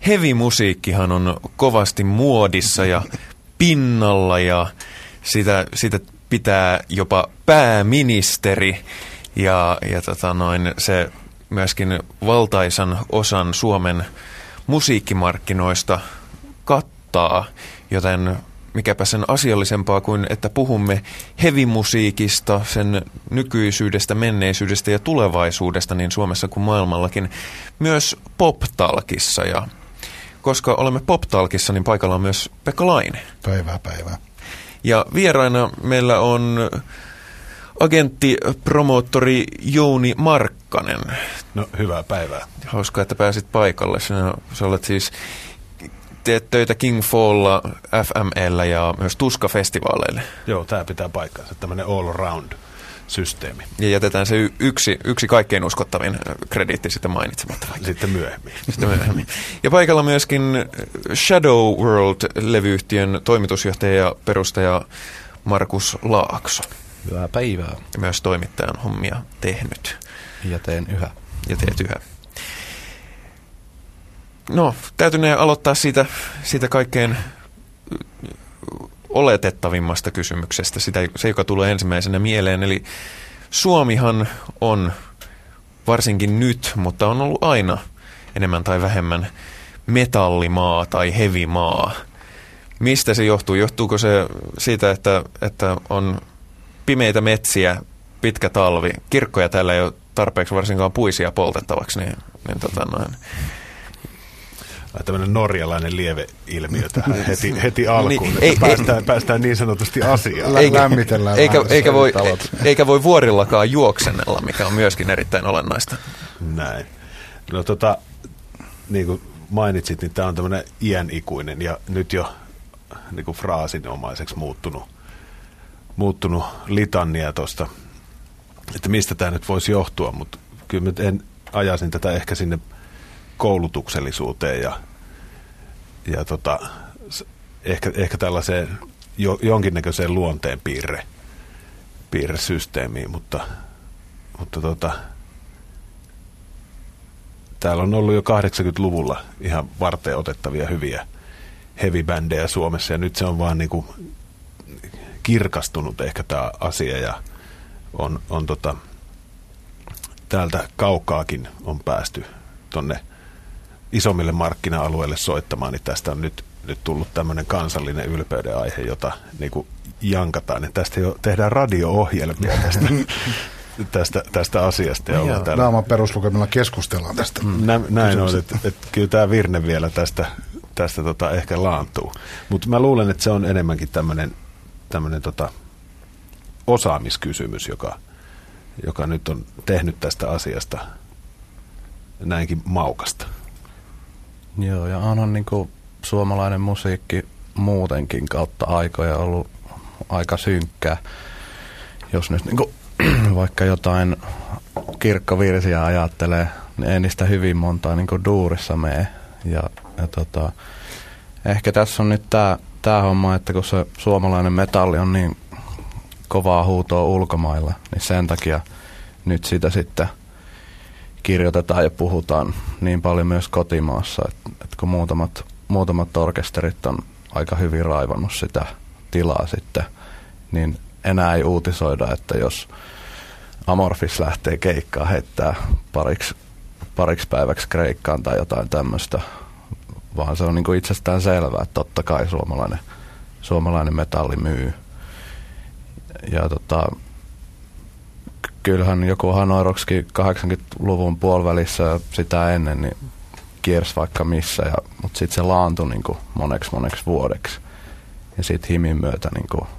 heavy-musiikkihan on kovasti muodissa ja pinnalla ja sitä pitää jopa pääministeri ja se myöskin valtaisan osan Suomen musiikkimarkkinoista kattaa, joten mikäpä sen asiallisempaa kuin, että puhumme heavy-musiikista, sen nykyisyydestä, menneisyydestä ja tulevaisuudesta niin Suomessa kuin maailmallakin, myös Pop-talkissa. Ja koska olemme Pop-talkissa, niin paikalla on myös Pekka Laine. Päivää. Ja vieraina meillä on agenttipromoottori Jouni Markkanen. No, hyvää päivää. Hauskaa, että pääsit paikalle. Sä olet siis, teet töitä King Falla, FM:llä ja myös Tuska-festivaaleille. Joo, tämä pitää paikkansa. Tämmöinen all-around-systeemi. Ja jätetään se yksi kaikkein uskottavin krediitti sitten mainitsematta. Sitten myöhemmin. Ja paikalla myöskin Shadow World-levyyhtiön toimitusjohtaja ja perustaja Markus Laakso. Hyvää päivää. Ja myös toimittajan hommia tehnyt. Ja teen yhä. Ja teet yhä. No, täytynee aloittaa siitä kaikkein oletettavimmasta kysymyksestä, se joka tulee ensimmäisenä mieleen. Eli Suomihan on varsinkin nyt, mutta on ollut aina enemmän tai vähemmän metallimaa tai heavy-maa. Mistä se johtuu? Johtuuko se siitä, että on pimeitä metsiä, pitkä talvi, kirkkoja täällä ei ole tarpeeksi varsinkaan puisia poltettavaksi, niin tämmöinen norjalainen lieveilmiö tähän heti alkuun, että päästään niin sanotusti asiaan. Lämmitellään eikä voi vuorillakaan juoksennella, mikä on myöskin erittäin olennaista. Näin. No niin kuin mainitsit, niin tämä on tämmöinen iänikuinen ja nyt jo niin kuin fraasinomaiseksi muuttunut litania tuosta, että mistä tämä nyt voisi johtua, mutta kyllä nyt ajasin tätä ehkä sinne koulutuksellisuuteen ja ehkä tällaiseen jonkinnäköiseen luonteenpiirresysteemiin, mutta täällä on ollut jo 80-luvulla ihan varteen otettavia hyviä heavy-bändejä Suomessa ja nyt se on vaan niinku kirkastunut ehkä tämä asia ja on täältä kaukaakin on päästy tonne isommille markkina-alueille soittamaan, niin tästä on nyt tullut tämmöinen kansallinen ylpeyden aihe, jota niin kuin jankataan. Ja tästä jo tehdään radio-ohjelmia tästä asiasta. Ja Naaman peruslukemilla keskustellaan tästä. Näin on, että kyllä tämä virne vielä tästä ehkä laantuu. Mutta mä luulen, että se on enemmänkin tämmöinen osaamiskysymys, joka nyt on tehnyt tästä asiasta näinkin maukasta. Joo, ja onhan niin kuin suomalainen musiikki muutenkin kautta aikoja ollut aika synkkää. Jos nyt niin kuin vaikka jotain kirkkovirsiä ajattelee, niin ei niistä hyvin montaa niin kuin duurissa mene. Ja ehkä tässä on nyt tämä homma, että kun se suomalainen metalli on niin kovaa huutoa ulkomailla, niin sen takia nyt sitä sitten kirjoitetaan ja puhutaan niin paljon myös kotimaassa, että kun muutamat orkesterit on aika hyvin raivannut sitä tilaa sitten, niin enää ei uutisoida, että jos Amorphis lähtee keikkaan heittää pariksi päiväksi Kreikkaan tai jotain tämmöistä, vaan se on niin kuin itsestään selvää, että totta kai suomalainen metalli myy. Ja kyllähän joku Hanoi Rockski 80-luvun puolivälissä ja sitä ennen niin kiersi vaikka missä, mutta sitten se laantui niin kuin moneksi vuodeksi. Ja sitten himin myötä niin kuin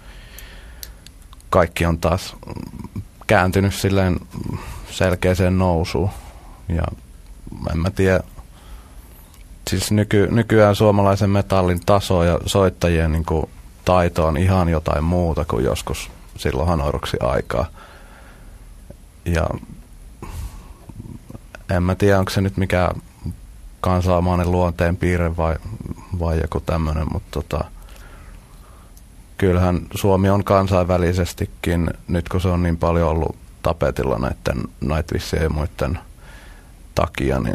kaikki on taas kääntynyt silleen selkeäseen nousuun. Ja en mä tiedä, siis nykyään suomalaisen metallin taso ja soittajien niin kuin taito on ihan jotain muuta kuin joskus silloin Hanoi Rocksin aikaa. Ja en mä tiedä, onko se nyt mikä kansanomainen luonteenpiirre vai joku tämmöinen, mutta kyllähän Suomi on kansainvälisestikin, nyt kun se on niin paljon ollut tapetilla näiden Nightwishien ja muiden takia, niin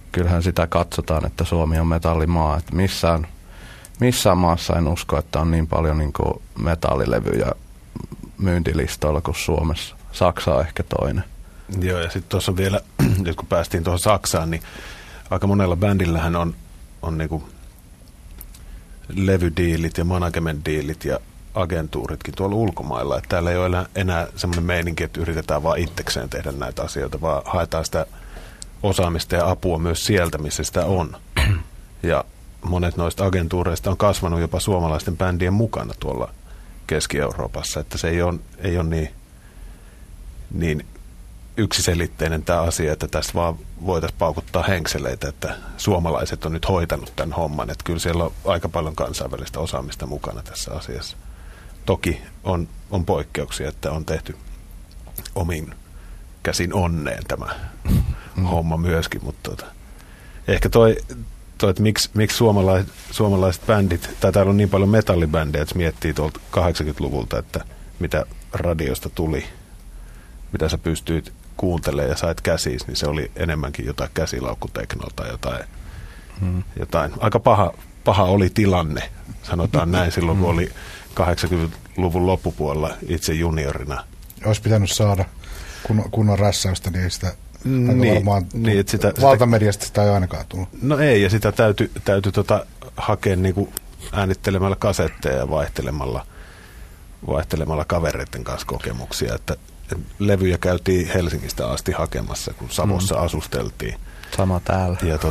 kyllähän sitä katsotaan, että Suomi on metallimaa. Että missään maassa en usko, että on niin paljon niin kuin metallilevyjä myyntilistoilla kuin Suomessa. Saksa on ehkä toinen. Joo, ja sitten tuossa vielä, nyt kun päästiin tuohon Saksaan, niin aika monella bändillähän on niinku levydiilit ja management-diilit ja agentuuritkin tuolla ulkomailla. Että täällä ei ole enää semmoinen meininki, että yritetään vaan itsekseen tehdä näitä asioita, vaan haetaan sitä osaamista ja apua myös sieltä, missä sitä on. Ja monet noista agentuureista on kasvanut jopa suomalaisten bändien mukana tuolla Keski-Euroopassa, että se ei ole niin yksiselitteinen tämä asia, että tästä vaan voitaisiin paukuttaa henkseleitä, että suomalaiset on nyt hoitanut tämän homman. Että kyllä siellä on aika paljon kansainvälistä osaamista mukana tässä asiassa. Toki on poikkeuksia, että on tehty omin käsin onneen tämä homma myöskin, mutta ehkä toi että miksi suomalaiset bändit, tai täällä on niin paljon metallibändejä, että miettii tuolta 80-luvulta, että mitä radiosta tuli, mitä sä pystyit kuuntelemaan ja sait käsiis, niin se oli enemmänkin jotain käsilaukkuteknoa tai jotain. Aika paha oli tilanne, sanotaan näin, silloin kun oli 80-luvun loppupuolella itse juniorina. Olisi pitänyt saada kunnon rässäystä, niin ei sitä sitä valtamediasta sitä ei ainakaan tullut. No ei, ja sitä täytyi hakea niinku äänittelemällä kasetteja ja vaihtelemalla kavereiden kanssa kokemuksia, että levyjä käytiin Helsingistä asti hakemassa, kun Savossa asusteltiin. Sama täällä. Ja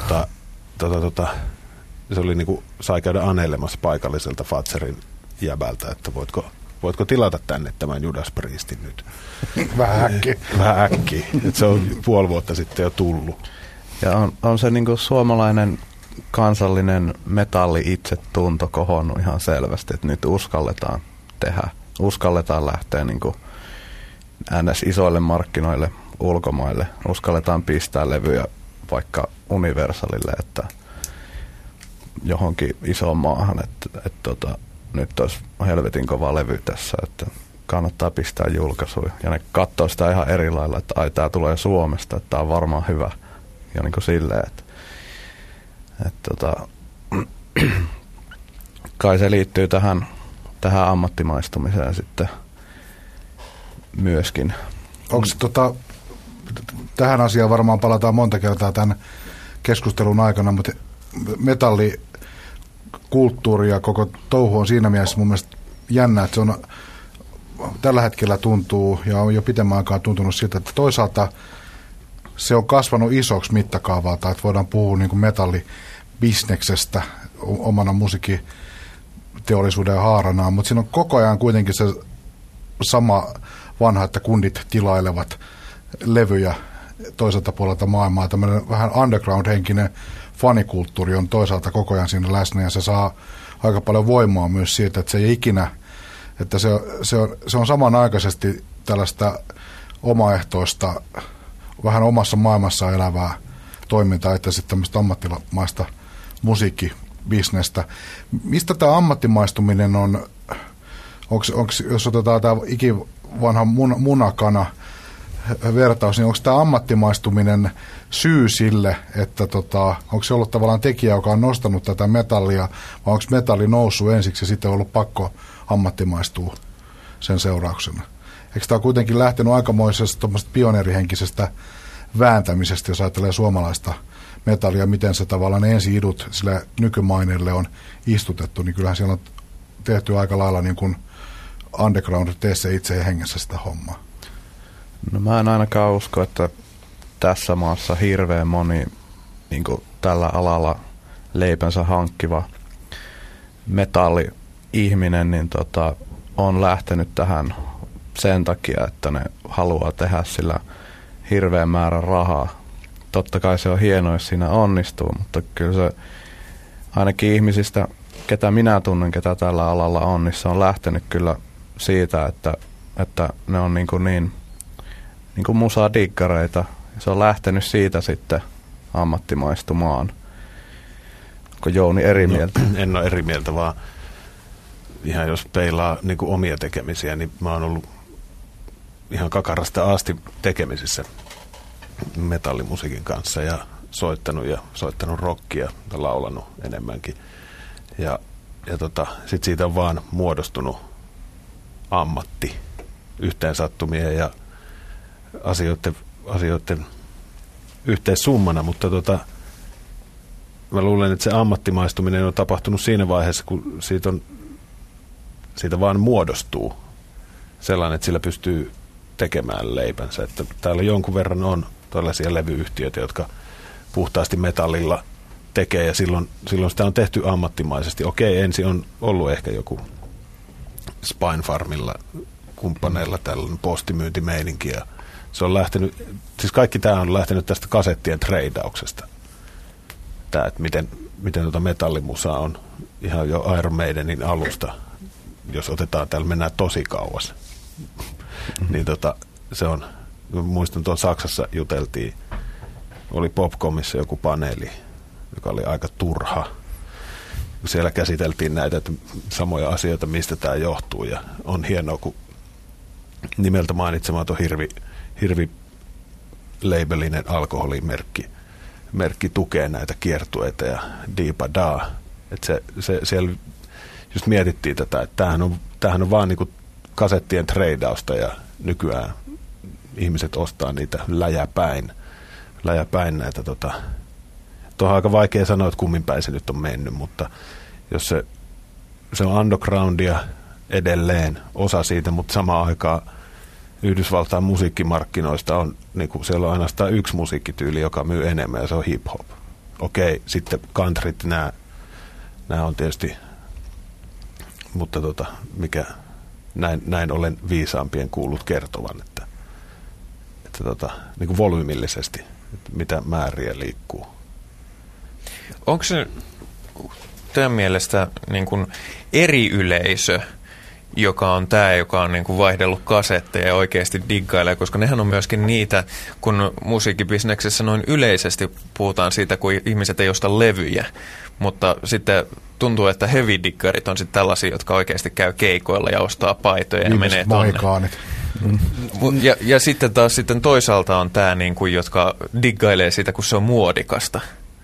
se oli niinku, sai käydä anelemassa paikalliselta Fatserin jäbältä, että voitko tilata tänne tämän Judas Priestin nyt? Vähän äkkiä. Se on puoli vuotta sitten jo tullut. Ja on se niinku suomalainen kansallinen metalli-itsetunto kohonnut ihan selvästi, että nyt uskalletaan tehdä, uskalletaan lähteä niinku ns. Isoille markkinoille, ulkomaille, uskalletaan pistää levyjä vaikka Universalille, että johonkin isoon maahan, että nyt olisi helvetin kova levy tässä, että kannattaa pistää julkaisuja. Ja ne katsoo sitä ihan eri lailla, että ai tää tulee Suomesta, että tää on varmaan hyvä. Ja niin kuin silleen, että kai se liittyy tähän ammattimaistumiseen sitten myöskin. Onko tähän asiaan varmaan palataan monta kertaa tämän keskustelun aikana, mutta metallikulttuuri ja koko touhu on siinä mielessä mun mielestä jännä, että se on tällä hetkellä tuntuu ja on jo pitemmän aikaa tuntunut siltä, että toisaalta se on kasvanut isoksi mittakaavalta, että voidaan puhua niin kuin metallibisneksestä omana musiikkiteollisuuden haaranaan, mutta siinä on koko ajan kuitenkin se sama vanha, että kundit tilailevat levyjä toiselta puolelta maailmaa. Tämmöinen vähän underground-henkinen fanikulttuuri on toisaalta koko ajan siinä läsnä ja se saa aika paljon voimaa myös siitä, että se ei ikinä, että se on samanaikaisesti tällaista omaehtoista, vähän omassa maailmassa elävää toimintaa, että sitten tämmöistä ammattimaista musiikkibisnestä. Mistä tämä ammattimaistuminen on, jos otetaan tämä ikivanha munakana vertaus, niin onko tämä ammattimaistuminen syy sille, että onko se ollut tavallaan tekijä, joka on nostanut tätä metallia, vai onko metalli noussut ensiksi ja sitten ollut pakko ammattimaistua sen seurauksena? Eikö tämä kuitenkin lähtenyt aikamoisesta pioneerihenkisestä vääntämisestä, jos ajattelee suomalaista metallia, miten se tavallaan ne ensi-idut sille nykymaineelle on istutettu, niin kyllähän siellä on tehty aika lailla niin kuin underground, tee se itse hengessä sitä hommaa. No mä en ainakaan usko, että tässä maassa hirveän moni niin kuin tällä alalla leipänsä hankkiva metalli-ihminen niin on lähtenyt tähän sen takia, että ne haluaa tehdä sillä hirveän määrän rahaa. Totta kai se on hienoa, jos siinä onnistuu, mutta kyllä se ainakin ihmisistä, ketä minä tunnen, ketä tällä alalla on, niin se on lähtenyt kyllä siitä, että ne on niin kuin musadiggareita. Se on lähtenyt siitä sitten ammattimaistumaan. Onko Jouni eri mieltä? No, en ole eri mieltä, vaan ihan jos peilaa niin kuin omia tekemisiä, niin mä oon ollut ihan kakarasta asti tekemisissä metallimusiikin kanssa. Ja soittanut ja soittanut rockia ja laulanut enemmänkin. Ja sitten siitä on vaan muodostunut ammatti yhteensattumien ja asioiden yhteissummana, mutta mä luulen, että se ammattimaistuminen on tapahtunut siinä vaiheessa, kun siitä vaan muodostuu sellainen, että sillä pystyy tekemään leipänsä. Että täällä jonkun verran on tällaisia levyyhtiöitä, jotka puhtaasti metallilla tekee, ja silloin sitä on tehty ammattimaisesti. Okei, ensin on ollut ehkä joku Spinefarmilla kumppaneilla tällainen postimyyntimeininki, ja se on lähtenyt, siis kaikki tämä on lähtenyt tästä kasettien treidauksesta. Tämä, että miten metallimusaa on ihan jo Iron Maidenin alusta, jos otetaan, täällä mennään tosi kauas. Niin se on, muistan tuon Saksassa juteltiin, oli Popcomissa joku paneeli, joka oli aika turha. Siellä käsiteltiin näitä samoja asioita, mistä tämä johtuu, ja on hienoa, kun nimeltä mainitsematon hirvi-labelinen alkoholimerkki tukee näitä kiertueita ja diipa daa. Että siellä just mietittiin tätä, että tämähän on vaan niinku kasettien treidausta, ja nykyään ihmiset ostaa niitä läjäpäin näitä tuohon aika vaikea sanoa, että kummin päin se nyt on mennyt, mutta jos se on undergroundia edelleen osa siitä, mutta samaan aikaan Yhdysvaltain musiikkimarkkinoista on, niin kuin siellä on ainoastaan yksi musiikkityyli, joka myy enemmän, ja se on hip-hop. Okei, sitten countryt, nämä on tietysti, mutta mikä näin olen viisaampien kuullut kertovan, että niin kuin volyymillisesti, että mitä määriä liikkuu. Onko se teidän mielestä niin kuin eri yleisö, joka on niin kuin vaihdellut kasetteja ja oikeasti diggailee, koska nehän on myöskin niitä, kun musiikkibisneksessä noin yleisesti puhutaan siitä, kun ihmiset ei osta levyjä, mutta sitten tuntuu, että heavy-diggarit on sitten tällaisia, jotka oikeasti käy keikoilla ja ostaa paitoja ja menee tonne. Ja sitten taas toisaalta on tämä, niin kuin, jotka diggailee sitä, kun se on muodikasta.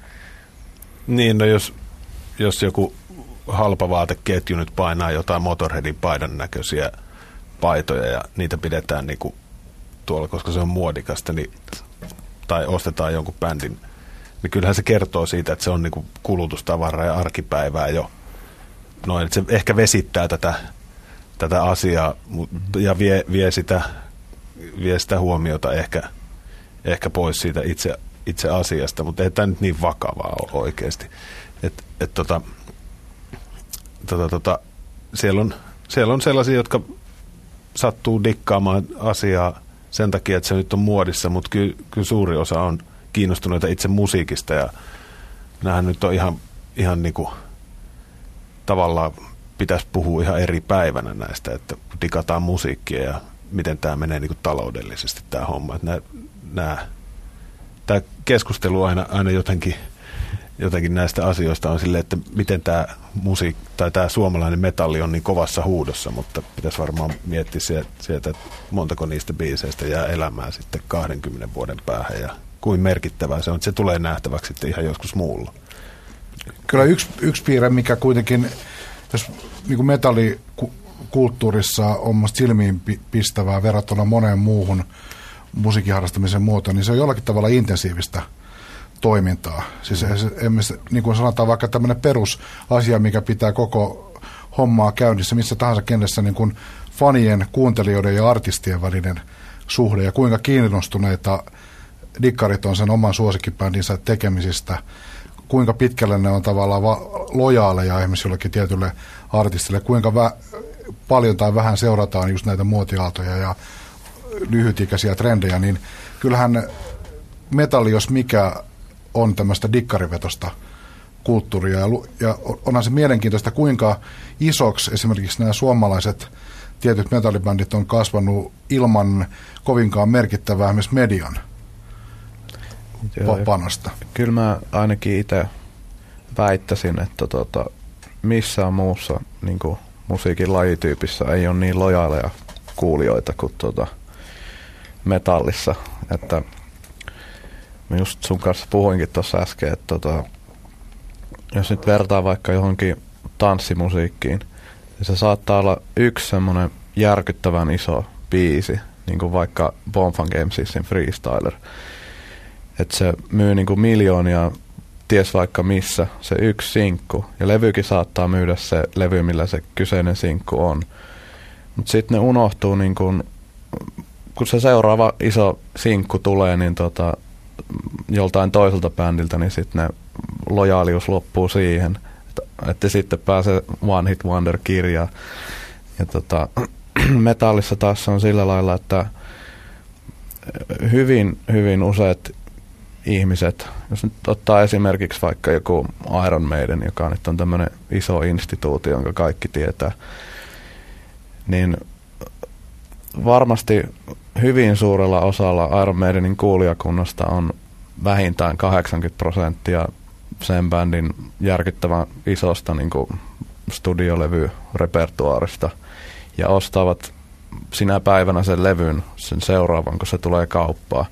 Niin, no jos joku halpavaateketju nyt painaa jotain Motorheadin paidan näköisiä paitoja ja niitä pidetään niinku tuolla, koska se on muodikasta, niin, tai ostetaan jonkun bändin, niin kyllähän se kertoo siitä, että se on niinku kulutustavaraa ja arkipäivää jo. Noin, että se ehkä vesittää tätä asiaa ja vie sitä huomiota ehkä pois siitä itse asiasta, mutta ei tämä nyt niin vakavaa ole oikeasti. Siellä on sellaisia, jotka sattuu dikkaamaan asiaa sen takia, että se nyt on muodissa, mutta kyllä suuri osa on kiinnostuneita itse musiikista, ja nämähän nyt on ihan niin kuin tavallaan pitäisi puhua ihan eri päivänä näistä, että digataan musiikkia ja miten tämä menee niin kuin taloudellisesti tämä homma. Tämä keskustelu aina jotenkin näistä asioista on silleen, että miten tämä tämä suomalainen metalli on niin kovassa huudossa, mutta pitäisi varmaan miettiä sieltä, että montako niistä biiseistä jää elämään sitten 20 vuoden päähän ja kuin merkittävää se on, että se tulee nähtäväksi sitten ihan joskus muulla. Kyllä yksi piirre, mikä kuitenkin, jos niin kuin metallikulttuurissa on musta silmiin pistävää verrattuna moneen muuhun musiikin harrastamisen muotoon, niin se on jollakin tavalla intensiivistä toimintaa. Siis niin kuin sanotaan, vaikka tämmöinen perusasia, mikä pitää koko hommaa käynnissä, missä tahansa kenessä niin kuin fanien, kuuntelijoiden ja artistien välinen suhde, ja kuinka kiinnostuneita dikkarit on sen oman suosikkibändinsä tekemisistä, kuinka pitkälle ne on tavallaan lojaaleja esimerkiksi jollekin tietylle artistille, kuinka paljon tai vähän seurataan just näitä muotiaaltoja ja lyhytikäisiä trendejä, niin kyllähän metalli, jos mikä, on tämmöistä dikkarivetosta kulttuuria, ja onhan se mielenkiintoista, kuinka isoksi esimerkiksi nämä suomalaiset tietyt metallibändit on kasvanut ilman kovinkaan merkittävää myös median panosta. Kyllä mä ainakin itse väittäisin, että missään muussa niin kuin musiikin lajityypissä ei ole niin lojaaleja kuulijoita kuin metallissa, että Mä just sun kanssa puhuinkin tuossa äsken, että jos nyt vertaa vaikka johonkin tanssimusiikkiin, niin se saattaa olla yksi semmoinen järkyttävän iso biisi, niin kuin vaikka Bomb Funk MC:sin Freestyler. Että se myy niin kuin miljoonia, ties vaikka missä, se yksi sinkku. Ja levykin saattaa myydä se levy, millä se kyseinen sinkku on. Mutta sitten ne unohtuu, niin kun se seuraava iso sinkku tulee, niin joltain toiselta bändiltä, niin sitten ne lojaalius loppuu siihen, että sitten pääsee One Hit Wonder-kirjaan. Ja metallissa taas on sillä lailla, että hyvin, hyvin useat ihmiset, jos nyt ottaa esimerkiksi vaikka joku Iron Maiden, joka nyt on tämmöinen iso instituutio, jonka kaikki tietää, niin varmasti hyvin suurella osalla Iron Maidenin kuulijakunnasta on vähintään 80% sen bändin järkyttävän isosta niin kuin studiolevyrepertuaarista ja ostavat sinä päivänä sen levyn, sen seuraavan, kun se tulee kauppaan.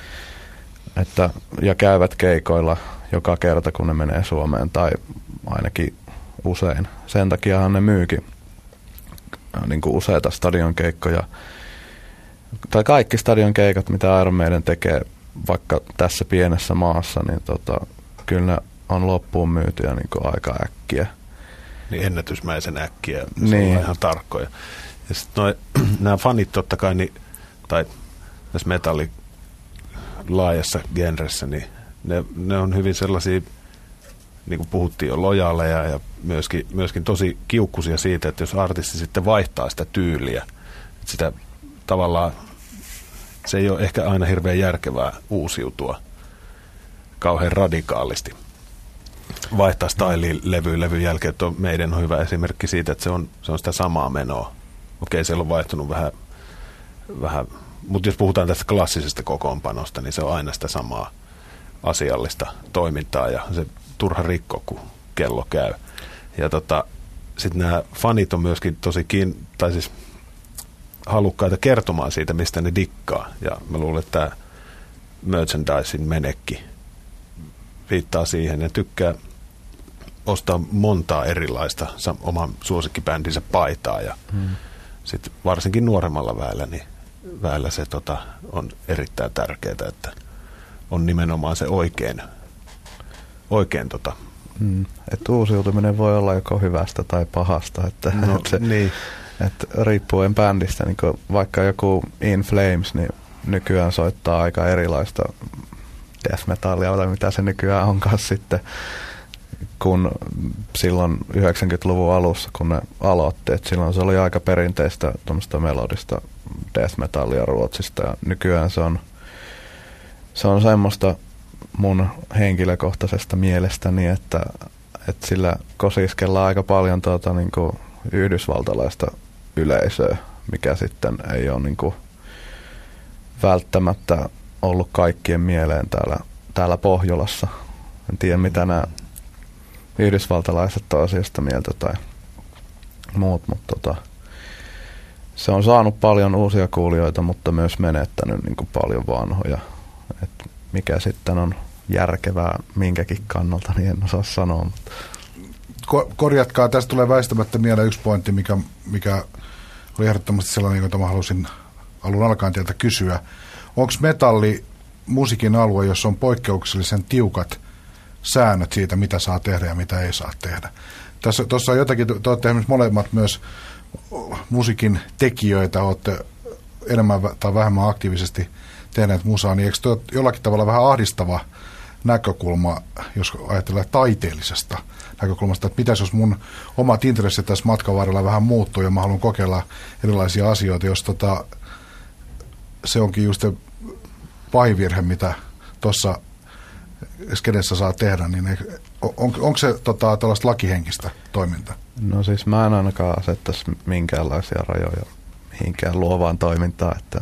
Ja käyvät keikoilla joka kerta, kun ne menee Suomeen, tai ainakin usein. Sen takiahan ne myykin niin kuin useita stadionkeikkoja. Tai kaikki stadionkeikat, mitä Iron Maiden tekee vaikka tässä pienessä maassa, niin kyllä ne on loppuun myytyjä niin kuin aika äkkiä. Niin ennätysmäisen äkkiä, se niin. On ihan tarkkoja. Ja sitten nämä fanit totta kai, tai tässä metalli laajassa genressä, niin ne on hyvin sellaisia, niin kuin puhuttiin jo, lojaaleja ja myöskin tosi kiukkuisia siitä, että jos artisti sitten vaihtaa sitä tyyliä, että sitä tavallaan se ei ole ehkä aina hirveän järkevää uusiutua kauhean radikaalisti. Vaihtaa styliin levyn jälkeen, että meidän on hyvä esimerkki siitä, että se on sitä samaa menoa. Okei, siellä on vaihtunut vähän, mutta jos puhutaan tästä klassisesta kokoonpanosta, niin se on aina sitä samaa asiallista toimintaa ja se turha rikko, kun kello käy. Ja sitten nämä fanit on myöskin halukkaita kertomaan siitä, mistä ne dikkaa. Ja mä luulen, että tämä merchandisin menekki viittaa siihen ja tykkää ostaa montaa erilaista oman suosikkibändinsä paitaa. Ja sitten varsinkin nuoremmalla väellä se on erittäin tärkeää, että on nimenomaan se oikein että uusiutuminen voi olla joko hyvästä tai pahasta, että niin. Että riippuen bändistä, niin vaikka joku In Flames, niin nykyään soittaa aika erilaista death metallia, tai mitä se nykyään onkaan sitten, kun silloin 90-luvun alussa, kun ne aloitti, että silloin se oli aika perinteistä tuommoista melodista death metallia Ruotsista, ja nykyään se on semmoista mun henkilökohtaisesta mielestäni, että sillä kosiskellaan aika paljon niin kuin yhdysvaltalaista yleisöä, mikä sitten ei ole niin kuin välttämättä ollut kaikkien mieleen täällä Pohjolassa. En tiedä, mitä nämä yhdysvaltalaiset on asiasta mieltä tai muut, mutta se on saanut paljon uusia kuulijoita, mutta myös menettänyt niin kuin paljon vanhoja. Et mikä sitten on järkevää minkäkin kannalta, niin en osaa sanoa. Mutta korjatkaa, tästä tulee väistämättä mieleen yksi pointti, mikä oli ehdottomasti sellainen, jota mä halusin alun alkaen teiltä kysyä. Onko metalli musiikin alue, jossa on poikkeuksellisen tiukat säännöt siitä, mitä saa tehdä ja mitä ei saa tehdä? Tuossa on jotakin, te olette esimerkiksi molemmat myös musiikin tekijöitä, olette enemmän tai vähemmän aktiivisesti tehneet musaa, niin eikö tuo jollakin tavalla vähän ahdistava näkökulma, jos ajatellaan taiteellisesta näkökulmasta, että mitäs jos mun omat intressit tässä matkan varrella vähän muuttuu ja mä haluan kokeilla erilaisia asioita, jos se onkin just se pahin virhe, mitä tuossa skedessä saa tehdä, niin onko se tällaista lakihenkistä toimintaa? No siis mä en ainakaan asettaisi minkäänlaisia rajoja mihinkään luovaan toimintaan, että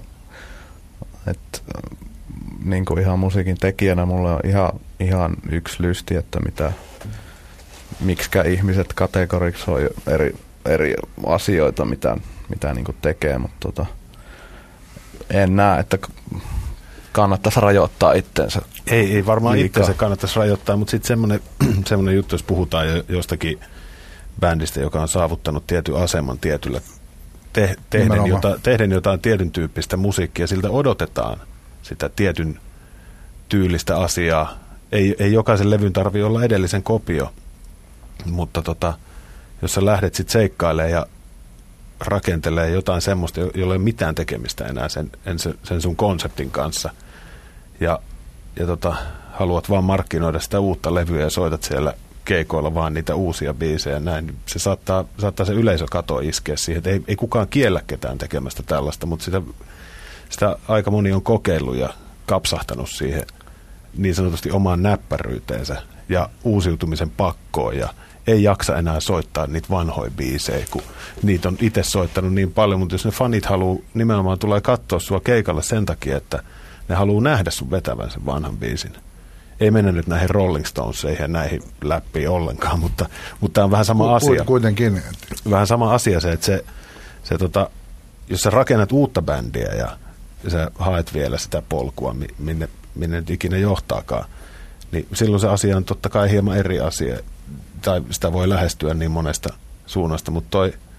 niin kuin ihan musiikin tekijänä mulla on ihan yksi lysti, että miksikä ihmiset kategorisoi eri asioita, mitä niin kuin tekee, mutta en näe, että kannattaisi rajoittaa itsensä Ei varmaan liikaa. itse se kannattaisi rajoittaa, mutta sitten semmoinen juttu, jos puhutaan jostakin bändistä, joka on saavuttanut tietyn aseman tietyllä tehden jotain tietyn tyyppistä musiikkia, siltä odotetaan sitä tietyn tyylistä asiaa. Ei jokaisen levyn tarvitse olla edellisen kopio, mutta jos sä lähdet sitten seikkailemaan ja rakentelee jotain semmoista, jolla ei ole mitään tekemistä enää sen sun konseptin kanssa, ja haluat vaan markkinoida sitä uutta levyä ja soitat siellä keikoilla vaan niitä uusia biisejä, näin, niin se saattaa se yleisökato iskeä siihen, että ei kukaan kiellä ketään tekemästä tällaista, mutta sitä aika moni on kokeillut ja kapsahtanut siihen niin sanotusti omaan näppäryyteensä ja uusiutumisen pakkoon ja ei jaksa enää soittaa niitä vanhoja biisejä, kun niitä on itse soittanut niin paljon, mutta jos ne fanit haluaa, nimenomaan tulee katsoa sua keikalle sen takia, että ne haluaa nähdä sun vetävän sen vanhan biisin. Ei mennä nyt näihin Rolling Stoneseihin ja näihin läppiin ollenkaan, mutta tämä on vähän sama asia. Kuitenkin. Vähän sama asia se, että jos sä rakennat uutta bändiä ja sä haet vielä sitä polkua, minne nyt ikinä johtaakaan, niin silloin se asia on totta kai hieman eri asia. Tai sitä voi lähestyä niin monesta suunnasta, mutta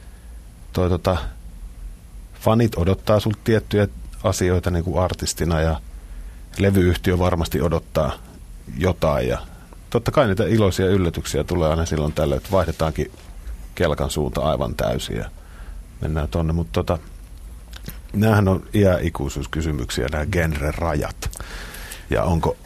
fanit odottaa sulta tiettyjä asioita niin kuin artistina ja levyyhtiö varmasti odottaa jotain ja totta kai niitä iloisia yllätyksiä tulee aina silloin tällöin, että vaihdetaankin kelkan suunta aivan täysin ja mennään tonne, mutta näähän on iäikuisuuskysymyksiä, nämä genre-rajat ja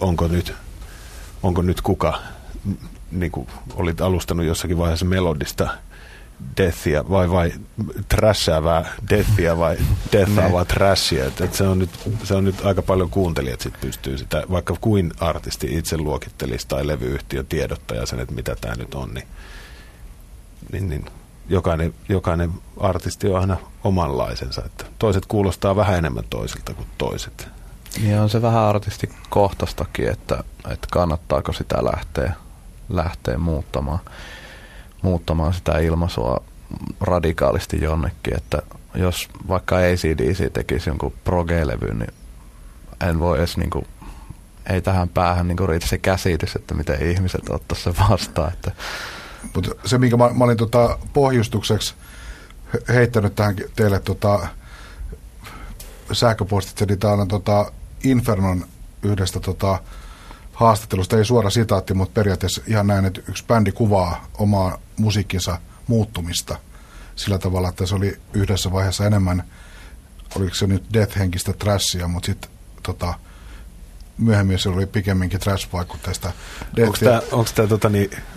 onko nyt kuka, niin kuin olit alustanut jossakin vaiheessa melodista deathia vai trashäävää deathia vai deathaavaa trashia. Et se on nyt aika paljon kuuntelijat sit pystyy sitä, vaikka kuin artisti itse luokittelisi tai levyyhtiön tiedottaja sen, että mitä tämä nyt on, niin jokainen artisti on aina omanlaisensa. Että toiset kuulostaa vähän enemmän toisilta kuin toiset. Ja on se vähän artistikohtaistakin, että kannattaako sitä lähteä muuttamaan sitä ilmaisua radikaalisti jonnekin, että jos vaikka AC/DC tekisi jonkun proge-levyn, niin en voi edes ei tähän päähän riitä se käsitys, että miten ihmiset ottaisi se vastaan. Että. Mutta se, minkä mä olin pohjustukseksi heittänyt tähän teille sähköpostitse, niin täällä on Infernon yhdestä haastattelusta, ei suora sitaatti, mutta periaatteessa ihan näin, että yksi bändi kuvaa omaa musiikkinsa muuttumista sillä tavalla, että se oli yhdessä vaiheessa enemmän, oliko se nyt death-henkistä trashia, mutta sitten myöhemmin se oli pikemminkin trash-vaikutteista. Onko tämä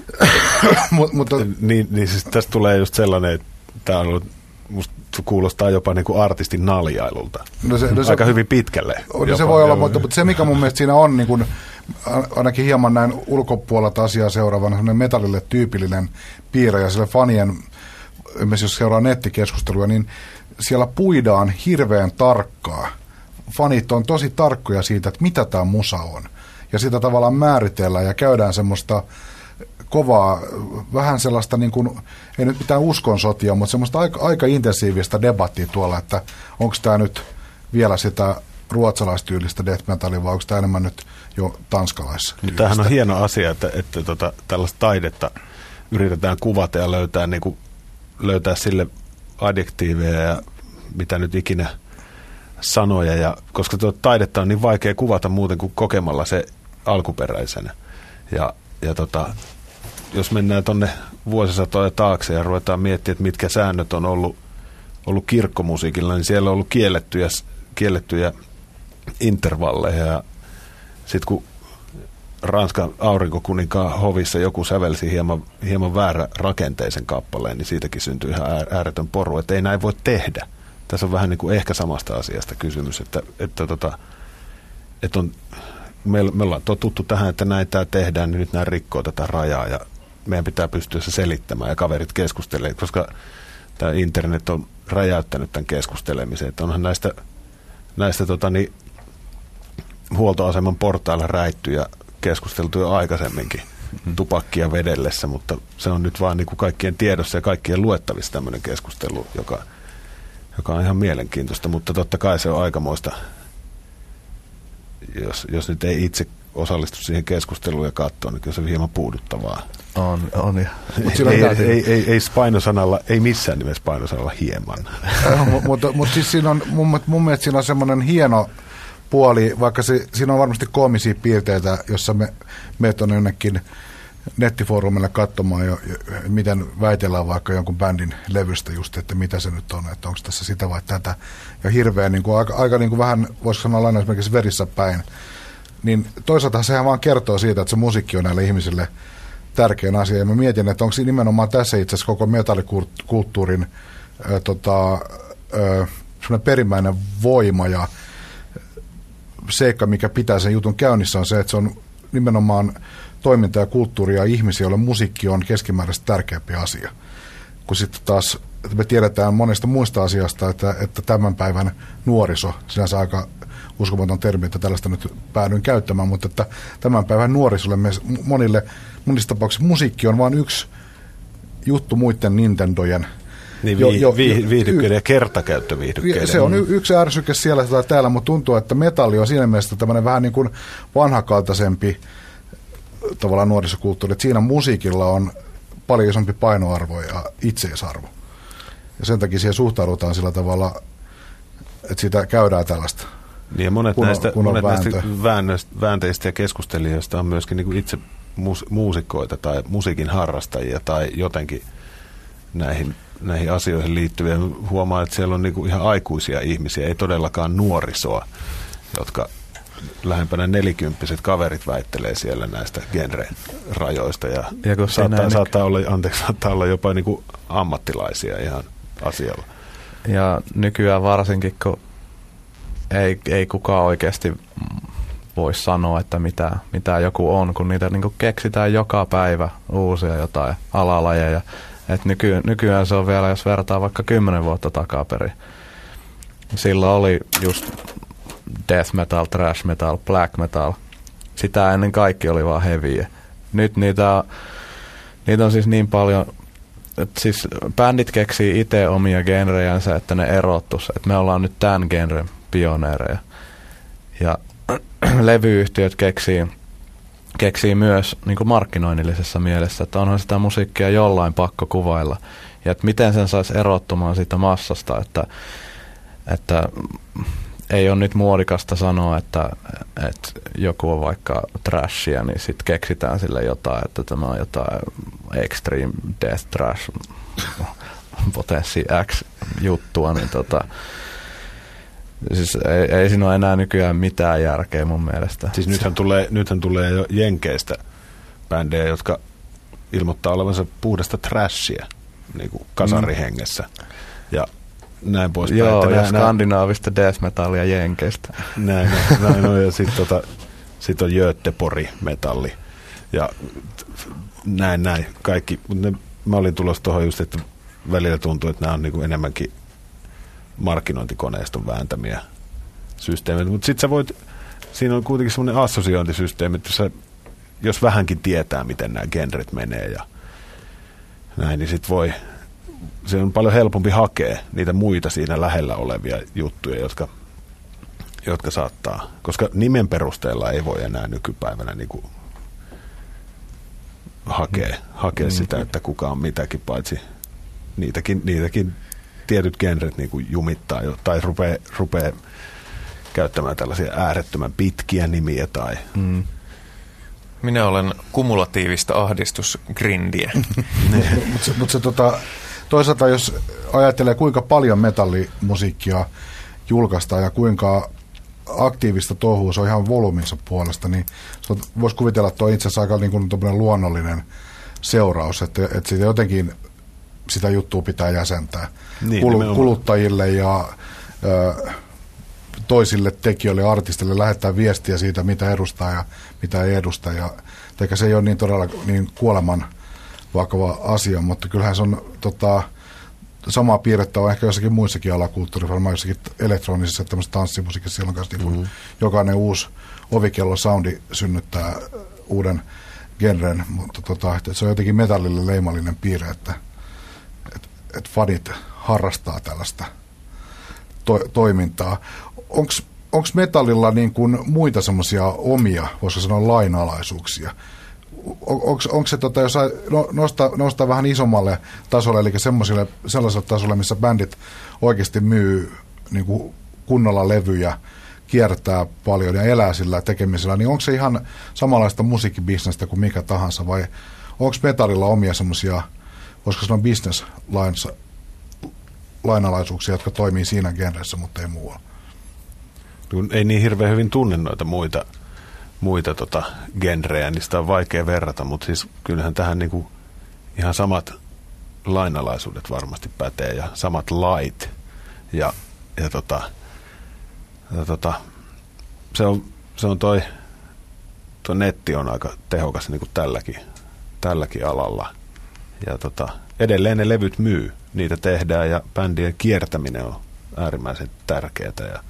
niin siis tästä tulee just sellainen, että tämä on ollut, musta kuulostaa jopa niin kuin artistin naljailulta. Aika hyvin pitkälle. Se voi olla, mutta se mikä mun mielestä siinä on niin kuin, ainakin hieman näin ulkopuolelta asiaa seuraavana sellainen metallille tyypillinen piirre ja sille fanien, esimerkiksi jos seuraa nettikeskustelua, niin siellä puidaan hirveän tarkkaa. Fanit on tosi tarkkoja siitä, että mitä tämä musa on. Ja sitä tavallaan määritellään ja käydään semmoista kovaa, vähän sellaista, niin kuin, ei nyt mitään uskonsotia, mutta semmoista aika intensiivistä debattia tuolla, että onko tämä nyt vielä sitä ruotsalaistyylistä death metallia vai onko tämä enemmän nyt jo tanskalaista. Tämähän on hieno asia, että tällaista taidetta yritetään kuvata ja löytää sille adjektiiveja ja mitä nyt ikinä sanoja, ja koska taidetta on niin vaikea kuvata muuten kuin kokemalla se alkuperäisenä. Ja jos mennään tuonne vuosisatoja taakse ja ruvetaan miettimään, että mitkä säännöt on ollut kirkkomusiikilla, niin siellä on ollut kiellettyjä intervalleja. Ja sitten kun Ranskan aurinkokuninkaan hovissa joku sävelsi hieman väärä rakenteisen kappaleen, niin siitäkin syntyy ihan ääretön poru, että ei näin voi tehdä. Tässä on vähän niin kuin ehkä samasta asiasta kysymys, että me ollaan totuttu tähän, että näin tämä tehdään, niin nyt nämä rikkoo tätä rajaa ja meidän pitää pystyä se selittämään ja kaverit keskustelemaan, koska tämä internet on räjäyttänyt tämän keskustelemisen, että onhan näistä huoltoaseman portailla räitty ja keskusteltu jo aikaisemminkin tupakkia vedellessä, mutta se on nyt vaan niin kuin kaikkien tiedossa ja kaikkien luettavissa tämmöinen keskustelu, joka on ihan mielenkiintoista, mutta totta kai se on aikamoista, jos nyt ei itse osallistu siihen keskusteluun ja katsoa, niin kyllä se on hieman puuduttavaa. On. Ei Spino-sanalla, ei missään nimessä Spino-sanalla hieman. Mutta siis siinä on, mun mielestä siinä on semmoinen hieno puoli, vaikka siinä on varmasti koomisia piirteitä, jossa meet on jonnekin nettifoorumille katsomaan miten väitellään vaikka jonkun bändin levystä just, että mitä se nyt on, että onko tässä sitä vai tätä. Ja hirveän niin kuin, aika niin kuin vähän, voisiko sanoa lainaus esimerkiksi verissä päin. Niin toisaalta sehän vaan kertoo siitä, että se musiikki on näille ihmisille tärkein asia. Ja mä mietin, että onko nimenomaan tässä itse asiassa koko metallikulttuurin semmoinen perimmäinen voima ja seikka, mikä pitää sen jutun käynnissä, on se, että se on nimenomaan toiminta ja kulttuuri ja ihmisiä, joille musiikki on keskimääräisesti tärkeämpi asia. Kun sitten taas me tiedetään monesta muista asiasta, että tämän päivän nuoriso, sinänsä aika uskomaton termi, että tällaista nyt päädyin käyttämään, mutta että tämän päivän nuorisolle monissa tapauksissa musiikki on vain yksi juttu muiden Nintendojen. Niin viihdykkeiden ja kertakäyttöviihdykkeiden. Se on yksi ärsyke siellä tai täällä, mutta tuntuu, että metalli on siinä mielessä tämmöinen vähän niin kuin vanhakaltaisempi tavallaan nuorisokulttuuri, että siinä musiikilla on paljon isompi painoarvo ja itseisarvo. Ja sen takia siihen suhtaudutaan sillä tavalla, että siitä käydään tällaista. Niin ja monet näistä väänteistä ja keskustelijoista on myöskin niin kuin itse muusikkoita tai musiikin harrastajia tai jotenkin näihin asioihin liittyviä. Huomaa, että siellä on niin kuin ihan aikuisia ihmisiä, ei todellakaan nuorisoa, jotka lähempänä 40-vuotiaat kaverit väittelee siellä näistä genre-rajoista ja saattaa olla jopa niin kuin ammattilaisia ihan asialla. Ja nykyään varsinkin, kun ei kukaan oikeasti voi sanoa, että mitä joku on, kun niitä niin kuin keksitään joka päivä uusia jotain alalajeja. Et nykyään se on vielä, jos vertaa vaikka 10 vuotta takaperin. Silloin oli just death metal, thrash metal, black metal. Sitä ennen kaikki oli vaan heavyä. Nyt niitä on siis niin paljon, että siis bändit keksii itse omia genrejänsä, että ne erottus. Että me ollaan nyt tämän genren pioneereja. Ja levyyhtiöt keksii myös niin kuin markkinoinnillisessa mielessä, että onhan sitä musiikkia jollain pakko kuvailla. Ja että miten sen saisi erottumaan siitä massasta, että ei ole nyt muodikasta sanoa, että joku on vaikka trashia, niin sitten keksitään sille jotain, että tämä on jotain extreme death trash potenssi X juttua, niin siis ei siinä ole enää nykyään mitään järkeä mun mielestä. Siis nythän tulee jo Jenkeistä bändejä, jotka ilmoittaa olevansa puhdasta trashia niin kuin kasarihengessä ja näin poispäin. Joo, ja skandinaavista death metallia Jenkeistä. Näin on, ja sitten on Göteborg-metalli ja näin kaikki. Mutta mä olin tulossa tuohon just, että välillä tuntuu, että nämä on niin kuin enemmänkin markkinointikoneiston vääntämiä systeemejä, mutta sitten siinä on kuitenkin semmoinen assosiointisysteemi, että jos vähänkin tietää, miten nämä genret menee ja näin, niin sitten se on paljon helpompi hakea niitä muita siinä lähellä olevia juttuja, jotka saattaa, koska nimen perusteella ei voi enää nykypäivänä niin kuin hakea sitä, että kuka on mitäkin, paitsi niitäkin tietyt genret niin kuin jumittaa tai rupeaa käyttämään tällaisia äärettömän pitkiä nimiä. Minä olen kumulatiivista ahdistusgrindiä. Mutta toisaalta jos ajattelee kuinka paljon metallimusiikkia julkaistaan ja kuinka aktiivista touhua se on ihan volyyminsa puolesta, niin voisi kuvitella, että on itse asiassa aika niin kuin luonnollinen seuraus, että siitä jotenkin sitä juttua pitää jäsentää kuluttajille ja toisille tekijöille ja artisteille lähettää viestiä siitä, mitä edustaa ja mitä ei edusta. Ja se ei ole niin todella niin kuoleman vakava asia, mutta kyllähän se on samaa piirrettä on ehkä jossakin muissakin alakulttuurissa, varmaan jossakin elektronisessa tämmöisessä tanssimusiikissa, silloin kanssa niin jokainen uusi ovikello-soundi synnyttää uuden genren, mutta että se on jotenkin metallille leimallinen piirre, että fanit harrastaa tällaista toimintaa. Onko onko metallilla niin kuin muita semmoisia omia, voisiko sanoa lainalaisuuksia? Onko se, jos nostaa vähän isommalle tasolle, eli sellaiselle tasolle, missä bändit oikeasti myy niin kuin kunnolla levyjä, kiertää paljon ja elää sillä tekemisellä, niin onko se ihan samanlaista musiikkibisnestä kuin mikä tahansa, vai onko metallilla omia semmoisia, voisiko sanoa business-lainalaisuuksia, jotka toimii siinä genressä, mutta ei muualla? Ei niin hirveän hyvin tunne noita muita genrejä, niin sitä on vaikea verrata, mutta siis kyllähän tähän niinku ihan samat lainalaisuudet varmasti pätee ja samat lait ja se on toi netti on aika tehokas niinku tälläkin alalla ja edelleen ne levyt myy, niitä tehdään ja bändien kiertäminen on äärimmäisen tärkeää ja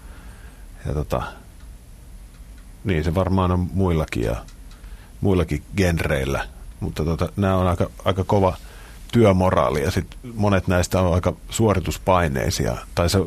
niin se varmaan on muillakin genreillä, mutta nämä on aika kova työmoraali ja sit monet näistä on aika suorituspaineisia tai se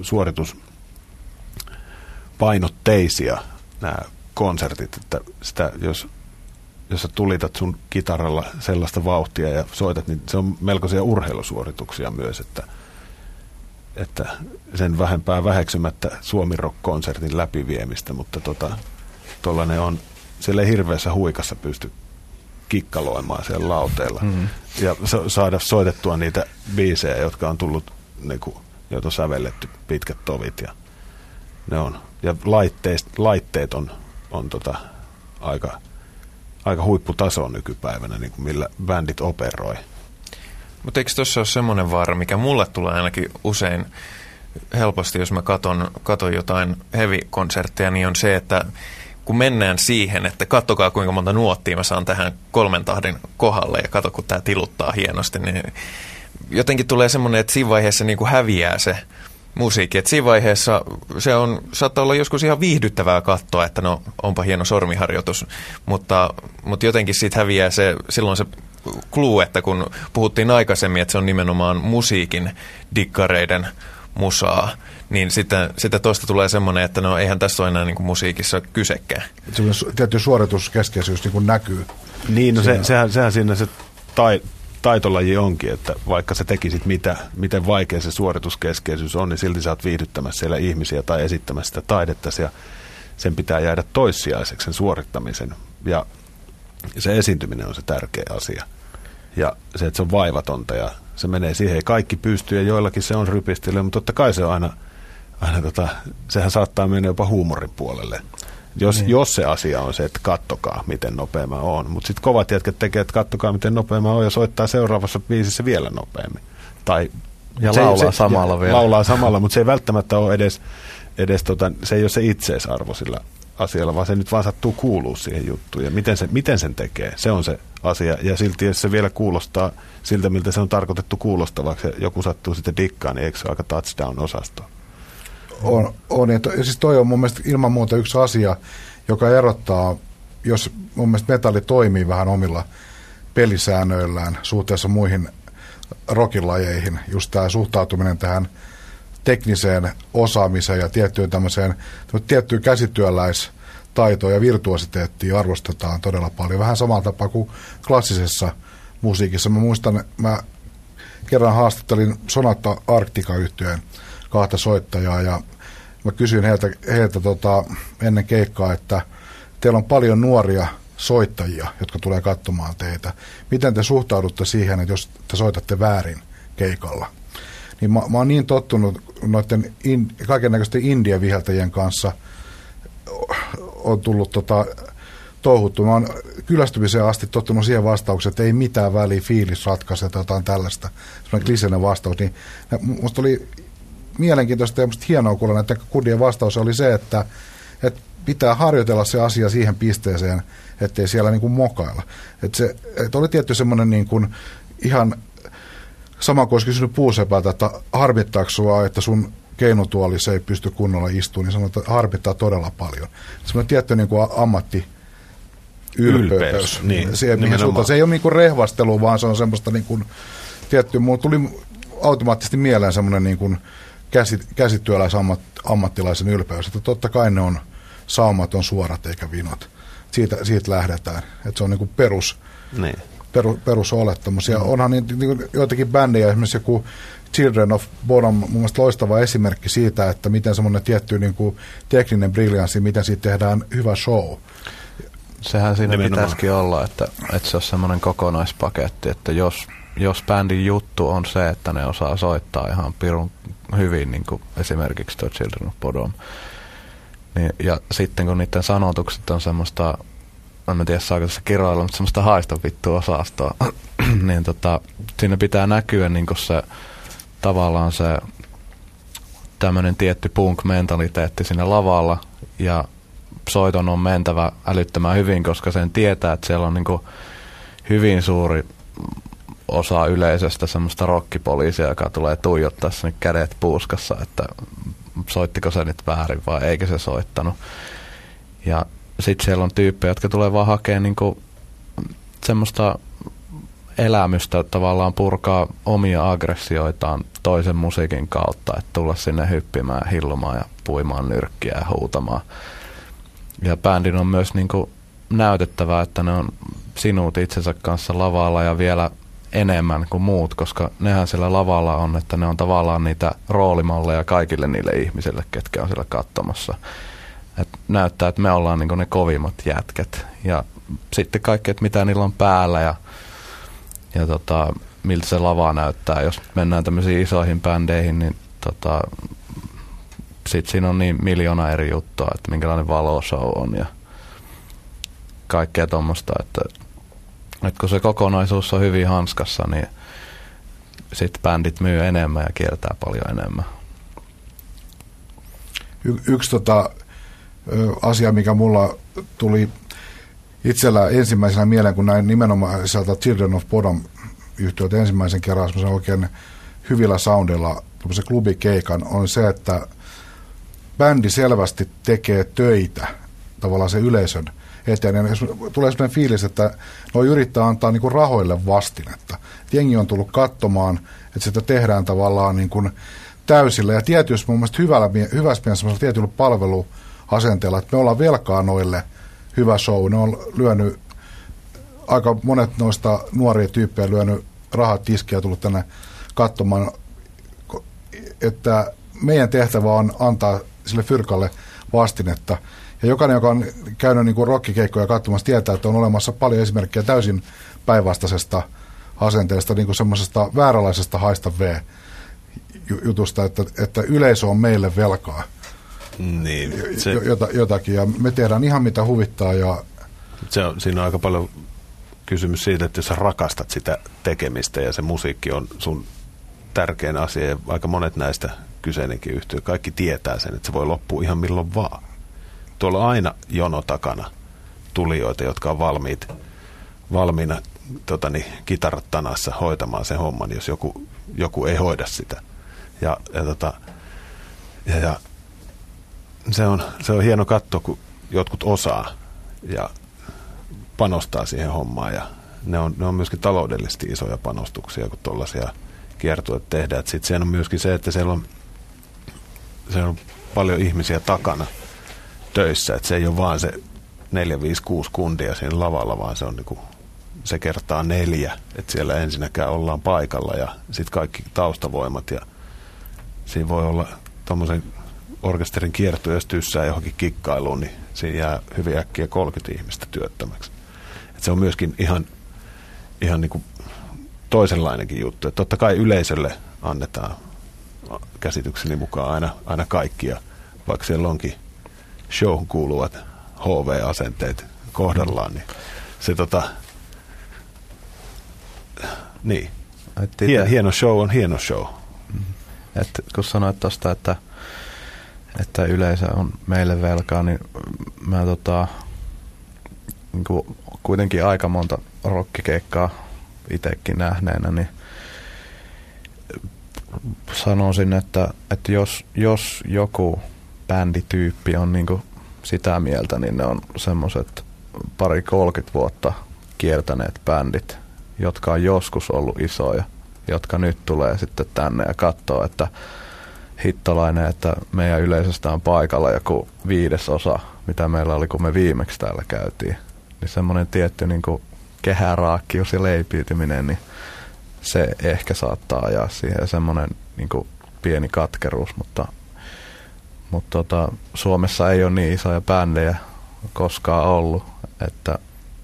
suorituspainotteisia nämä konsertit, että sitä jos sä tulitat sun kitaralla sellaista vauhtia ja soitat, niin se on melkoisia urheilusuorituksia myös, että sen vähempää väheksymättä Suomi Rock-konsertin läpiviemistä, mutta tuollainen on, siellä ei hirveässä huikassa pysty kikkaloimaan siellä lauteella ja saada soitettua niitä biisejä, jotka on tullut, joita on sävelletty pitkät tovit ja ne on, ja laitteet on aika huipputaso nykypäivänä, niin kuin millä bändit operoi. Mutta eikö tuossa ole semmoinen vaara, mikä mulle tulee ainakin usein helposti, jos mä katon jotain heavy-konsertteja, niin on se, että kun mennään siihen, että katsokaa kuinka monta nuottia mä saan tähän 3 tahdin kohdalle ja katso kun tää tiluttaa hienosti, niin jotenkin tulee semmoinen, että siinä vaiheessa niin kuin häviää se musiikki. Että siinä vaiheessa saattaa olla joskus ihan viihdyttävää katsoa, että no onpa hieno sormiharjoitus, mutta jotenkin siitä häviää silloin se clue, että kun puhuttiin aikaisemmin, että se on nimenomaan musiikin dikkareiden musaa, niin sitten tuosta tulee semmoinen, että no eihän tässä ole enää niin kuin musiikissa kysekään. Tietty suorituskeskeisyys niin kuin näkyy. Niin, no sehän siinä se taitolaji onkin, että vaikka sä tekisit miten vaikea se suorituskeskeisyys on, niin silti sä oot viihdyttämässä siellä ihmisiä tai esittämässä sitä taidetta ja sen pitää jäädä toissijaiseksi sen suorittamisen. Ja se esiintyminen on se tärkeä asia. Ja se, että se on vaivatonta ja se menee siihen. Kaikki pystyy ja joillakin se on rypistely, mutta totta kai se on aina sehän saattaa mennä jopa huumorin puolelle. Jos se asia on se, että kattokaa, miten nopea mä oon. Mutta sitten kovat jätkät tekee, että kattokaa, miten nopea mä oon ja soittaa seuraavassa biisissä vielä nopeammin. Ja laulaa samalla vielä. Laulaa samalla, mutta se ei välttämättä ole edes se ei ole se itseisarvo sillä asialla, vaan se nyt vaan sattuu kuuluu siihen juttuun. Ja miten sen tekee, se on se asia. Ja silti, jos se vielä kuulostaa siltä, miltä se on tarkoitettu kuulostavaksi, ja joku sattuu sitten dikkaan, niin eikö se ole aika touchdown-osasto? On. Ja siis toi on mun mielestä ilman muuta yksi asia, joka erottaa, jos mun mielestä metalli toimii vähän omilla pelisäännöillään suhteessa muihin rockilajeihin, just tämä suhtautuminen tähän tekniseen osaamiseen ja tiettyyn käsityöläistaitoon ja virtuositeettiin arvostetaan todella paljon. Vähän samalla tapaa kuin klassisessa musiikissa. Mä muistan, mä kerran haastattelin Sonata Arctica-yhtyeen 2 soittajaa ja mä kysyin heiltä ennen keikkaa, että teillä on paljon nuoria soittajia, jotka tulee katsomaan teitä. Miten te suhtaudutte siihen, että jos te soitatte väärin keikalla? Niin mä oon niin tottunut noiden kaikennäköisten indie-viheltäjien kanssa on tullut touhuttu. Mä oon kyllästymiseen asti tottunut siihen vastaukseen, että ei mitään väliä, fiilis ratkaisee tai jotain tällaista. Sellainen kliseinen vastaus. Niin musta oli mielenkiintoista ja musta hienoa kuulla, että kundien vastaus oli se, että pitää harjoitella se asia siihen pisteeseen, ettei siellä niin kuin mokailla. Että oli tietty semmoinen niin kuin ihan sama kuin olisi kysynyt puusepältä, että harmittaako sua, että sun keinutuoli se ei pysty kunnolla istumaan, niin sanoo, että harmittaa todella paljon. Semmoinen tietty niin kuin ammatti-ylpeys. Niin, se ei ole niin kuin rehvastelu, vaan se on semmoista niin kuin tietty, mulla tuli automaattisesti mieleen semmoinen niin kuin käsityöläisammattilaisen ylpeys, että totta kai ne on saumat on suorat eikä vinot. Siitä lähdetään, että se on niin kuin perusolettamus. Ja onhan niin joitakin bändejä, esimerkiksi joku Children of Bodom, mun mielestä loistava esimerkki siitä, että miten semmoinen tietty niin kuin tekninen briljanssi, miten siitä tehdään hyvä show. Sehän siinä pitäisikin olla, että se on semmoinen kokonaispaketti, että jos bändin juttu on se, että ne osaa soittaa ihan pirun hyvin, niin kuin esimerkiksi tuo Children of Bodom, niin, ja sitten kun niiden sanotukset on semmoista, en tiedä saako tässä kiroilla, mutta semmoista haista vittua osastoa, niin siinä pitää näkyä niin kuin se tavallaan se tämmöinen tietty punk-mentaliteetti siinä lavalla, ja soiton on mentävä älyttömän hyvin, koska sen tietää, että siellä on niin kuin hyvin suuri osa yleisöstä semmoista rockipoliisia, joka tulee tuijottaa sinne kädet puuskassa, että soittiko se nyt väärin vai eikö se soittanut. Ja sitten siellä on tyyppejä, jotka tulee vaan hakemaan niinku semmoista elämystä, tavallaan purkaa omia aggressioitaan toisen musiikin kautta, että tulla sinne hyppimään, hillumaan ja puimaan nyrkkiä ja huutamaan. Ja bändin on myös niinku näytettävää, että ne on sinut itsensä kanssa lavalla ja vielä enemmän kuin muut, koska nehän siellä lavalla on, että ne on tavallaan niitä roolimalleja kaikille niille ihmisille, ketkä on siellä katsomassa. Et näyttää, että me ollaan niinku ne kovimmat jätkät. Ja sitten kaikki, että mitä niillä on päällä ja miltä se lava näyttää. Jos mennään tämmöisiin isoihin bändeihin, niin sitten siinä on niin miljoona eri juttua, että minkälainen valoshow on ja kaikkea tuommoista, että kun se kokonaisuus on hyvin hanskassa, niin sitten bändit myy enemmän ja kiertää paljon enemmän. Yksi asia, mikä mulla tuli itsellä ensimmäisenä mieleen, kun näin nimenomaan sieltä Children of Bodom -yhtiöltä ensimmäisen kerran semmoisen oikein hyvillä soundilla klubikeikan, on se, että bändi selvästi tekee töitä tavallaan se yleisön eteen. Ja tulee sellainen fiilis, että noi yrittää antaa niinku rahoille vastinetta. Jengi on tullut katsomaan, että sitä tehdään tavallaan niinku täysillä. Ja tietysti mun mielestä hyvässä mielessä tietyllä palveluasenteella, että me ollaan velkaa noille hyvä show. Ne on lyönyt, aika monet noista nuoria tyyppejä lyönyt rahat tiskiä ja tullut tänne katsomaan, että meidän tehtävä on antaa sille fyrkalle vastinetta. Ja jokainen, joka on käynyt niin kuin rockikeikkoja katsomassa, tietää, että on olemassa paljon esimerkkejä täysin päinvastaisesta asenteesta, niin kuin semmoisesta vääränlaisesta haista V-jutusta, että yleisö on meille velkaa. Niin, jotakin, ja me tehdään ihan mitä huvittaa. Ja siinä on aika paljon kysymys siitä, että jos sä rakastat sitä tekemistä ja se musiikki on sun tärkein asia, ja aika monet näistä kyseinenkin yhtiö, kaikki tietää sen, että se voi loppua ihan milloin vaan. Tuolla on aina jono takana tulijoita, jotka on valmiina kitarat tanassa hoitamaan sen homman, jos joku ei hoida sitä. Ja se on hieno katsoa, kun jotkut osaa ja panostaa siihen hommaan. Ja ne on myöskin taloudellisesti isoja panostuksia, kun tuollaisia kiertueita tehdään. Sitten siellä on myöskin se, että siellä on paljon ihmisiä takana töissä, että se ei ole vaan se 4, 5, 6 kundia siinä lavalla, vaan se on niinku, se kertaa 4, että siellä ensinnäkään ollaan paikalla ja sitten kaikki taustavoimat ja siinä voi olla tommosen orkesterin kiertue, jos tyssää johonkin kikkailuun, niin siinä jää hyvin äkkiä 30 ihmistä työttömäksi. Et se on myöskin ihan niinku toisenlainenkin juttu, että totta kai yleisölle annetaan käsitykseni mukaan aina kaikkia, vaikka siellä onkin showhun kuuluvat HV-asenteet kohdallaan, niin se niin. Hieno show on hieno show. Et kun sanoit tuosta, että yleisö on meille velkaa, niin mä niin kuitenkin aika monta rockikeikkaa itsekin nähneenä, niin sanoisin, että jos joku bändityyppi on niin kuin sitä mieltä, niin ne on semmoiset 30 vuotta kiertäneet bändit, jotka on joskus ollut isoja, jotka nyt tulee sitten tänne ja katsoo, että hittolainen, että meidän yleisöstä on paikalla joku 1/5, mitä meillä oli, kun me viimeksi täällä käytiin. Niin semmoinen tietty niin kuin kehäraakkius ja leipiytyminen, niin se ehkä saattaa ajaa siihen. Ja semmoinen niin kuin pieni katkeruus, mutta Suomessa ei ole niin isoja bändejä koskaan ollut, että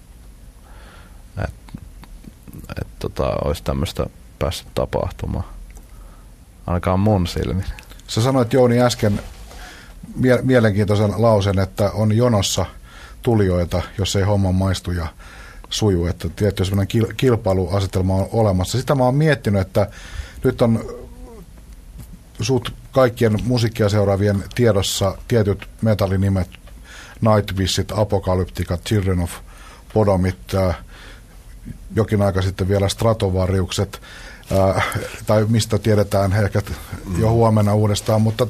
olisi tämmöistä päässyt tapahtumaan. Ainakaan mun silmin. Sä sanoit, Jouni, äsken mielenkiintoisen lauseen, että on jonossa tulijoita, jos ei homma maistu ja suju. Että tietty sellainen kilpailuasetelma on olemassa. Sitä mä oon miettinyt, että nyt on suut kaikkien musiikkia seuraavien tiedossa tietyt metallinimet, Nightwishit, Apocalyptica, Children of Bodomit, jokin aika sitten vielä Stratovariukset, tai mistä tiedetään ehkä jo huomenna uudestaan, mutta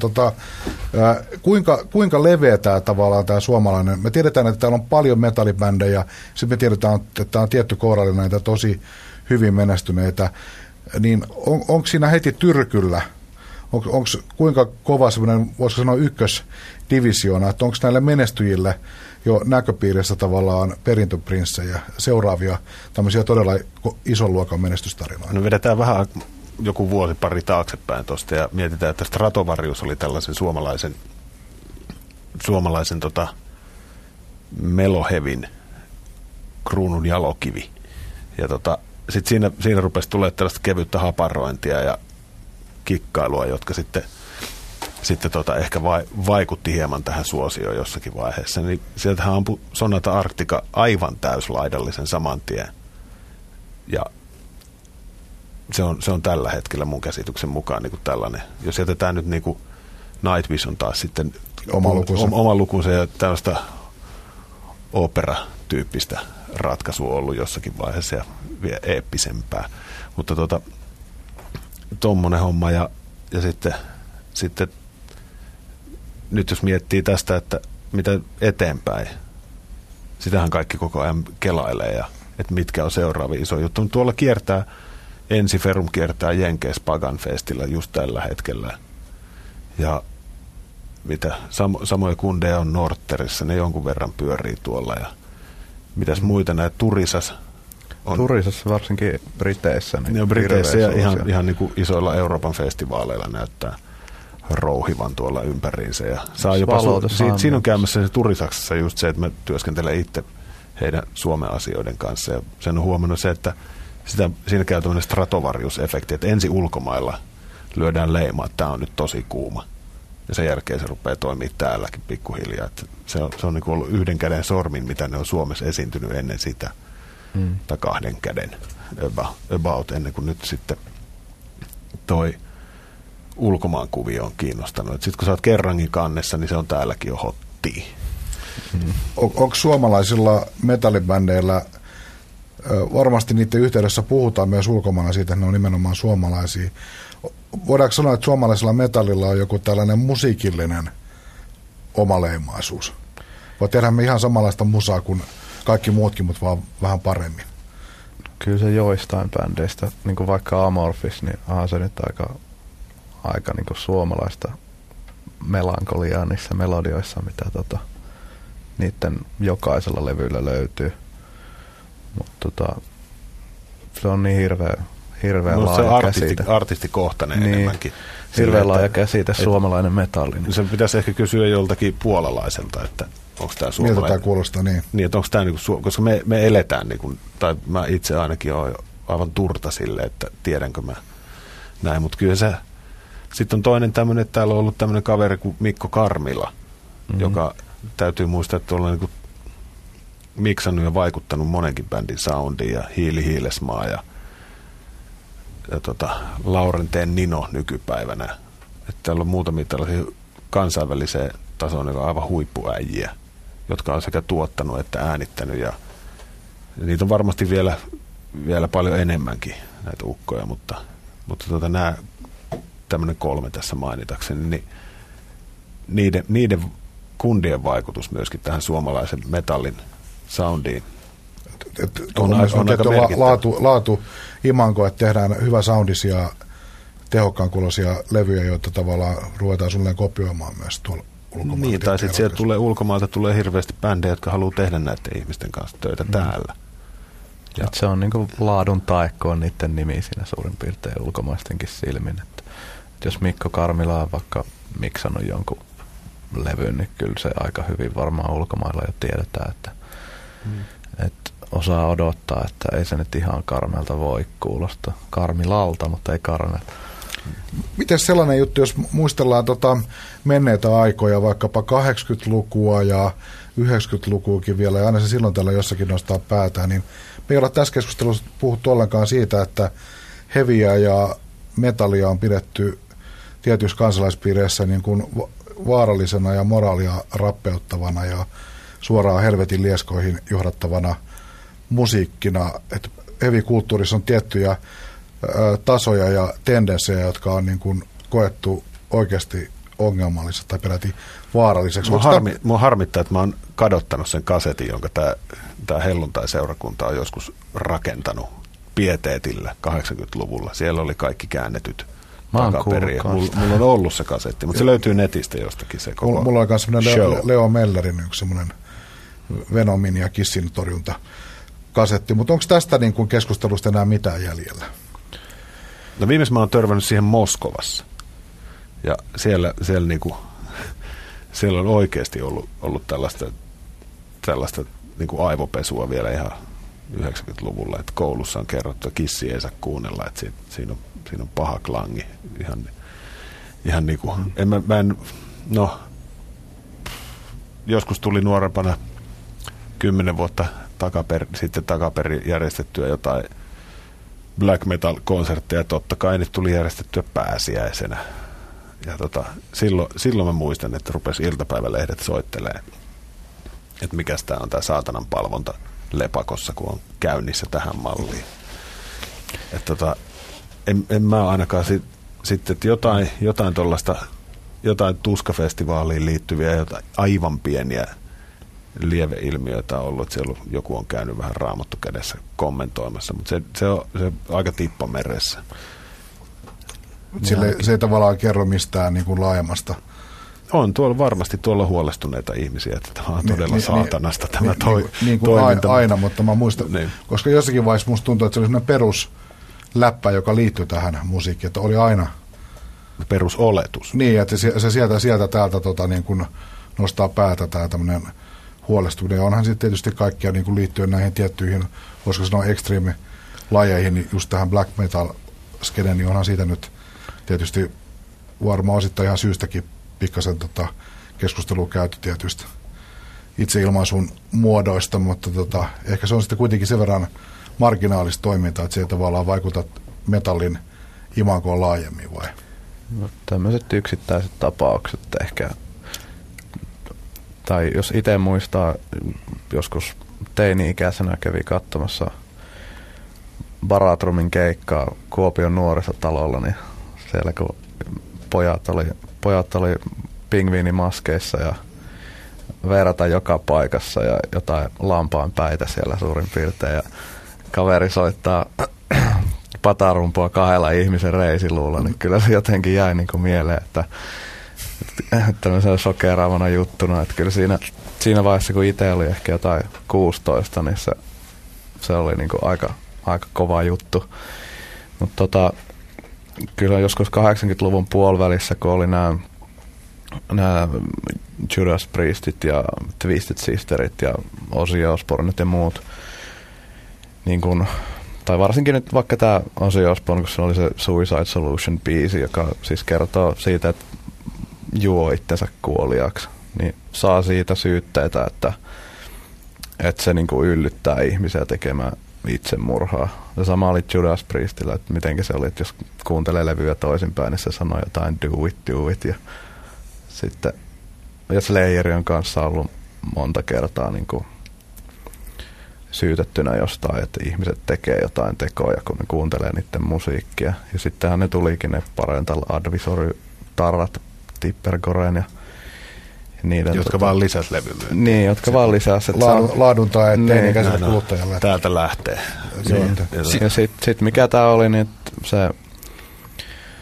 kuinka leveä tämä tavallaan tämä suomalainen, me tiedetään, että täällä on paljon metallibändejä, sitten me tiedetään, että tämä on tietty kourallinen näitä tosi hyvin menestyneitä, niin onko siinä heti tyrkyllä, onko kuinka kova semmoinen, voisiko sanoa ykkösdivisioona, että onko näille menestyjille jo näköpiirissä tavallaan perintöprinssejä, seuraavia tämmöisiä todella ison luokan menestystarinoita? No vedetään vähän joku vuosi pari taaksepäin tuosta ja mietitään, että Stratovarius oli tällaisen suomalaisen melohevin kruunun jalokivi. Ja sitten siinä rupesi tulemaan tällaista kevyttä haparointia ja kikkailua, jotka sitten ehkä vaikutti hieman tähän suosioon jossakin vaiheessa. Niin sieltähän ampui Sonata Arctica aivan täyslaidallisen saman tien. Ja se on tällä hetkellä mun käsityksen mukaan niin kuin tällainen. Jos jätetään nyt niin kuin Nightwish on taas sitten oma lukunsa ja tällaista opera-tyyppistä ratkaisua ollut jossakin vaiheessa ja vielä eeppisempää. Mutta tommonen homma ja sitten nyt jos miettii tästä, että mitä eteenpäin, sitähän kaikki koko ajan kelailee ja että mitkä on seuraava iso juttu. Tuolla Ensiferum kiertää Jenkeissä Pagan Festillä just tällä hetkellä. Ja mitä samoja kundeja on Norterissa, ne jonkun verran pyörii tuolla. Ja mitäs muita näitä Turisas on? Turisas varsinkin Briteissä. Niin on Briteissä ja ihan niin kuin isoilla Euroopan festivaaleilla näyttää rouhivan tuolla ympäriinsä. Ja saa jopa siinä on käymässä se Turisaksessa just se, että mä työskentelen itse heidän Suomen asioiden kanssa. Ja sen on huomannut se, että siinä käy tämmöinen Stratovarius-efekti, että ensin ulkomailla lyödään leima, että tämä on nyt tosi kuuma. Ja sen jälkeen se rupeaa toimimaan täälläkin pikkuhiljaa. Että se on niin kuin ollut yhden käden sormin, mitä ne on Suomessa esiintynyt ennen sitä. Tai 2 käden about, ennen kuin nyt sitten toi ulkomaankuvio on kiinnostanut. Sitten kun sä oot kerrankin kannessa, niin se on täälläkin jo hottia. Onko suomalaisilla metallibändeillä, varmasti niiden yhteydessä puhutaan myös ulkomailla siitä, että ne on nimenomaan suomalaisia. Voidaanko sanoa, että suomalaisella metallilla on joku tällainen musiikillinen omaleimaisuus? Vai tehdään me ihan samanlaista musaa kuin kaikki muutkin, mutta vaan vähän paremmin? Kyllä se joistain bändeistä, niin kuin vaikka Amorphis, niin onhan se nyt aika niin kuin suomalaista melankoliaa niissä melodioissa, mitä niiden jokaisella levyllä löytyy. Mutta se on niin hirveän laaja käsite. Artistikohtainen niin, enemmänkin. Hirveän laaja käsite, suomalainen metalli. Niin. Se pitäisi ehkä kysyä joltakin puolalaiselta, että onko tämä suomalainen. Miltä tämä kuulostaa niin? Niin, että onko tämä niinku, koska me eletään, niinku, tai mä itse ainakin olen aivan turta sille, että tiedänkö mä näin, mutta kyllä se. Sitten on toinen tämmöinen, että täällä on ollut tämmöinen kaveri kuin Mikko Karmila, joka täytyy muistaa, että on niinku miksannut ja vaikuttanut monenkin bändin soundiin ja Hiilesmaa ja Laurenteen Nino nykypäivänä. Että täällä on muutamia tällaisia kansainväliseen tasoon aivan huippuäjiä, jotka on sekä tuottanut että äänittänyt. Ja niitä on varmasti vielä paljon enemmänkin näitä ukkoja, mutta nämä tämmöinen 3 tässä mainitakseni, niin niiden kundien vaikutus myöskin tähän suomalaisen metallin soundiin on aika merkittävä. Laatu imanko, että tehdään hyvä soundisia tehokkaan kuuloisia levyjä, joita tavallaan ruvetaan suunnilleen kopioimaan myös tuolla ulkomailla. Niin, tai sitten sieltä ulkomailta hirveästi bändejä, jotka haluaa tehdä näiden ihmisten kanssa töitä täällä. Ja se on niinku laadun taekko on niiden nimi siinä suurin piirtein ulkomaistenkin silmin. Että jos Mikko Karmila on vaikka miksannut jonkun levyn, niin kyllä se aika hyvin varmaan ulkomailla jo tiedetään, että osaa odottaa, että ei se nyt ihan Karmelta voi kuulostaa. Karmilalta, mutta ei Karmelta. Miten sellainen juttu, jos muistellaan menneitä aikoja, vaikkapa 80-lukua ja 90-lukuakin vielä, ja aina se silloin täällä jossakin nostaa päätään, niin me ei olla tässä keskustelussa puhuttu ollenkaan siitä, että heviä ja metallia on pidetty tietyissä kansalaispiireissä niin kuin vaarallisena ja moraalia rappeuttavana ja suoraan helvetin lieskoihin johdattavana musiikkina. Että heavy-kulttuurissa on tiettyjä tasoja ja tendenssejä, jotka on niin kuin koettu oikeasti ongelmalliseksi tai peräti vaaralliseksi. Mua harmittaa, että mä oon kadottanut sen kasetin, jonka tämä helluntai-seurakunta on joskus rakentanut pieteetillä 80-luvulla. Siellä oli kaikki käännetyt takaperin. Mulla on ollut se kasetti, mutta se löytyy netistä jostakin se koko mulla on myös sellainen Leo Mellerin yksi semmoinen Venomin ja Kissin torjunta kasetti, mutta onko tästä niin kuin keskustelusta enää mitään jäljellä? No viimeis mä oon törmännyt siihen Moskovassa. Ja siellä on oikeasti ollut tällaista niin kuin aivopesua vielä ihan 90-luvulla, että koulussa on kerrottu, että Kissi ei saa kuunnella, että siinä on paha klangi. Ihan niin kuin, joskus tuli nuorempana 10 vuotta takaperin järjestettyä jotain black metal-konsertteja, totta kai nyt tuli järjestettyä pääsiäisenä. Ja silloin mä muistan, että rupesi iltapäivälehdet soittelee, että mikäs tää on tää saatanan palvonta lepakossa, kun on käynnissä tähän malliin. Että en mä ainakaan sitten, että jotain tollaista, jotain tuskafestivaaliin liittyviä, jotain aivan pieniä lieveilmiöitä on ollut, että siellä joku on käynyt vähän Raamattu kädessä kommentoimassa, mutta se on aika tippameressä. Se ei tavallaan kerro mistään niin kuin laajemmasta. On varmasti huolestuneita ihmisiä, että tämä on todella saatanasta tämä niin kuin aina, mutta mä muistan, koska jossakin vaiheessa musta tuntuu, että se oli sellainen perusläppä, joka liittyy tähän musiikkiin, että oli aina perusoletus. Niin, että se sieltä täältä niin kuin nostaa päätä tämä tämmöinen huolestuminen. Ja onhan sitten tietysti kaikkia niin kuin liittyen näihin tiettyihin, voisiko sanoa extreme-lajeihin, niin just tähän black metal-skeneen, niin onhan siitä nyt tietysti varmaan osittain ihan syystäkin pikkasen keskustelua käyty tietystä itseilmaisun muodoista, mutta ehkä se on sitten kuitenkin sen verran marginaalista toimintaa, että se ei tavallaan vaikuta metallin imagoon laajemmin, vai? No, tämmöiset yksittäiset tapaukset ehkä, tai jos itse muistaa, joskus teini-ikäisenä kävi katsomassa Baratrumin keikkaa Kuopion nuorisotalolla, niin siellä kun pojat oli pingviinimaskeissa ja verrata joka paikassa ja jotain lampaan päitä siellä suurin piirtein ja kaveri soittaa patarumpua 2 ihmisen reisiluulla, niin kyllä se jotenkin jäi niin kuin mieleen, että tämmöisenä sokeraavana juttuna, että kyllä siinä vaiheessa, kun itse oli ehkä jotain 16, niin se oli niin kuin aika kova juttu. Mutta kyllä joskus 80-luvun puolivälissä, kun oli nämä Judas Priestit ja Twisted Sisterit ja Ozzy Osbournet ja muut, niin kun, tai varsinkin nyt vaikka tämä Ozzy Osbourne, kun se oli se Suicide Solution-biisi, joka siis kertoo siitä, että juo itsensä kuoliaksi, niin saa siitä syytteitä, että se niin kuin yllyttää ihmisiä tekemään itsemurhaa. Ja sama oli Judas Priestillä, että mitenkä se oli, että jos kuuntelee levyä toisinpäin, niin se sanoi jotain do it. Ja sitten, ja Slayer on kanssa ollut monta kertaa niin kuin syytettynä jostain, että ihmiset tekee jotain tekoja, kun ne kuuntelee niiden musiikkia. Ja sittenhän ne tulikin ne Parental Advisory-tarrat Tippergoren ja niiden, jotka vaan lisäs levymyyntiä. Niin, jotka vaan lisäs. Laaduntaa, ettei ikäiselle kuluttajalle. Täältä lähtee. Ja sitten mikä tämä oli, niin se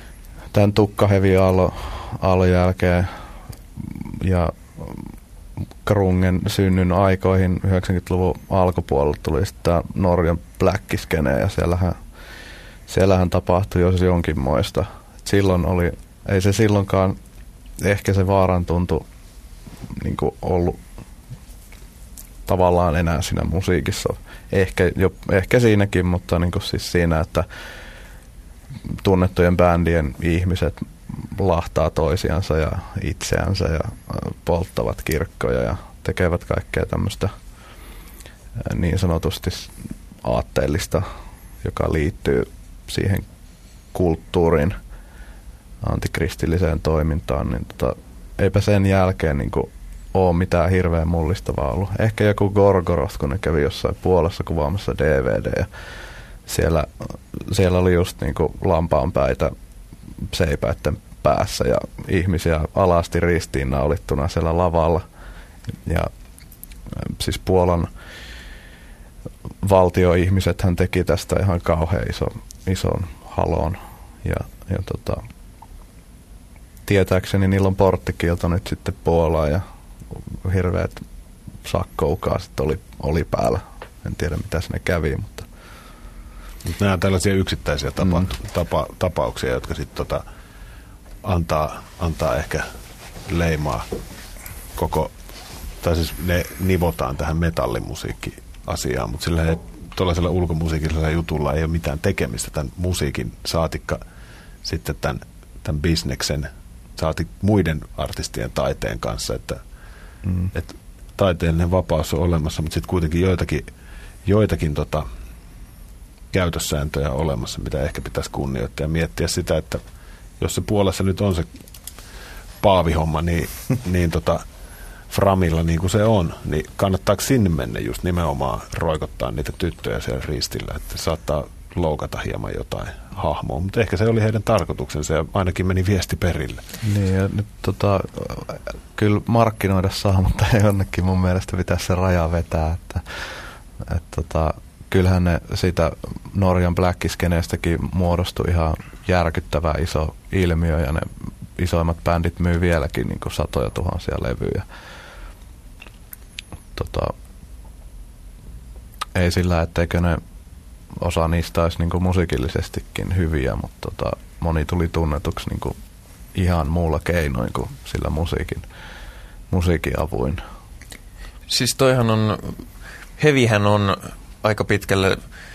tämän tukkahevi aallon jälkeen ja grungen synnyn aikoihin 90-luvun alkupuolella tuli sitten tämä Norjan black-skene ja siellähän tapahtui jos jonkinmoista. Silloin ei se silloinkaan, ehkä se vaaran tuntui niin kuin ollut tavallaan enää siinä musiikissa. Ehkä siinäkin, mutta niin kuin siis siinä, että tunnettujen bändien ihmiset lahtaa toisiansa ja itseänsä ja polttavat kirkkoja ja tekevät kaikkea tämmöistä niin sanotusti aatteellista, joka liittyy siihen kulttuurin antikristilliseen toimintaan, niin eipä sen jälkeen niin kuin ole mitään hirveän mullistavaa ollut. Ehkä joku Gorgoroth, kun ne kävi jossain Puolassa kuvaamassa DVD ja siellä oli just niin kuin lampaanpäitä seipäiden päässä ja ihmisiä alasti ristiinnaulittuna siellä lavalla. Ja siis Puolan valtioihmisethän teki tästä ihan kauhean ison halon. Ja tietääkseni niillä on porttikielto nyt sitten Puolaan ja hirveät sakkoukaasit oli päällä. En tiedä mitä sinne kävi, mutta nämä on tällaisia yksittäisiä tapauksia, jotka sitten antaa ehkä leimaa koko, tai siis ne nivotaan tähän metallimusiikki-asiaan, mutta tuollaisella ulkomusiikillisella jutulla ei ole mitään tekemistä tämän musiikin saatikka sitten tämän bisneksen saati muiden artistien taiteen kanssa, että taiteellinen vapaus on olemassa, mutta sitten kuitenkin joitakin käytössääntöjä on olemassa, mitä ehkä pitäisi kunnioittaa ja miettiä sitä, että jos se Puolassa nyt on se paavihomma, niin Framilla niin kuin se on, niin kannattaako sinne mennä just nimenomaan roikottaa niitä tyttöjä siellä ristillä, että saattaa loukata hieman jotain hahmoa, mutta ehkä se oli heidän tarkoituksensa ja ainakin meni viesti perille. Niin ja nyt kyllä markkinoida saa, mutta jonnekin mun mielestä pitäisi se raja vetää, että kyllähän ne siitä Norjan black-skeneestäkin muodostui ihan järkyttävä iso ilmiö ja ne isoimmat bändit myy vieläkin niin kuin satoja tuhansia levyjä. Ei sillä, etteikö ne osa niistä olisi niin kuin musiikillisestikin hyviä, mutta moni tuli tunnetuksi niin kuin ihan muulla keinoin kuin sillä musiikin avuin. Siis toihan on, hevihän on aika pitkälle,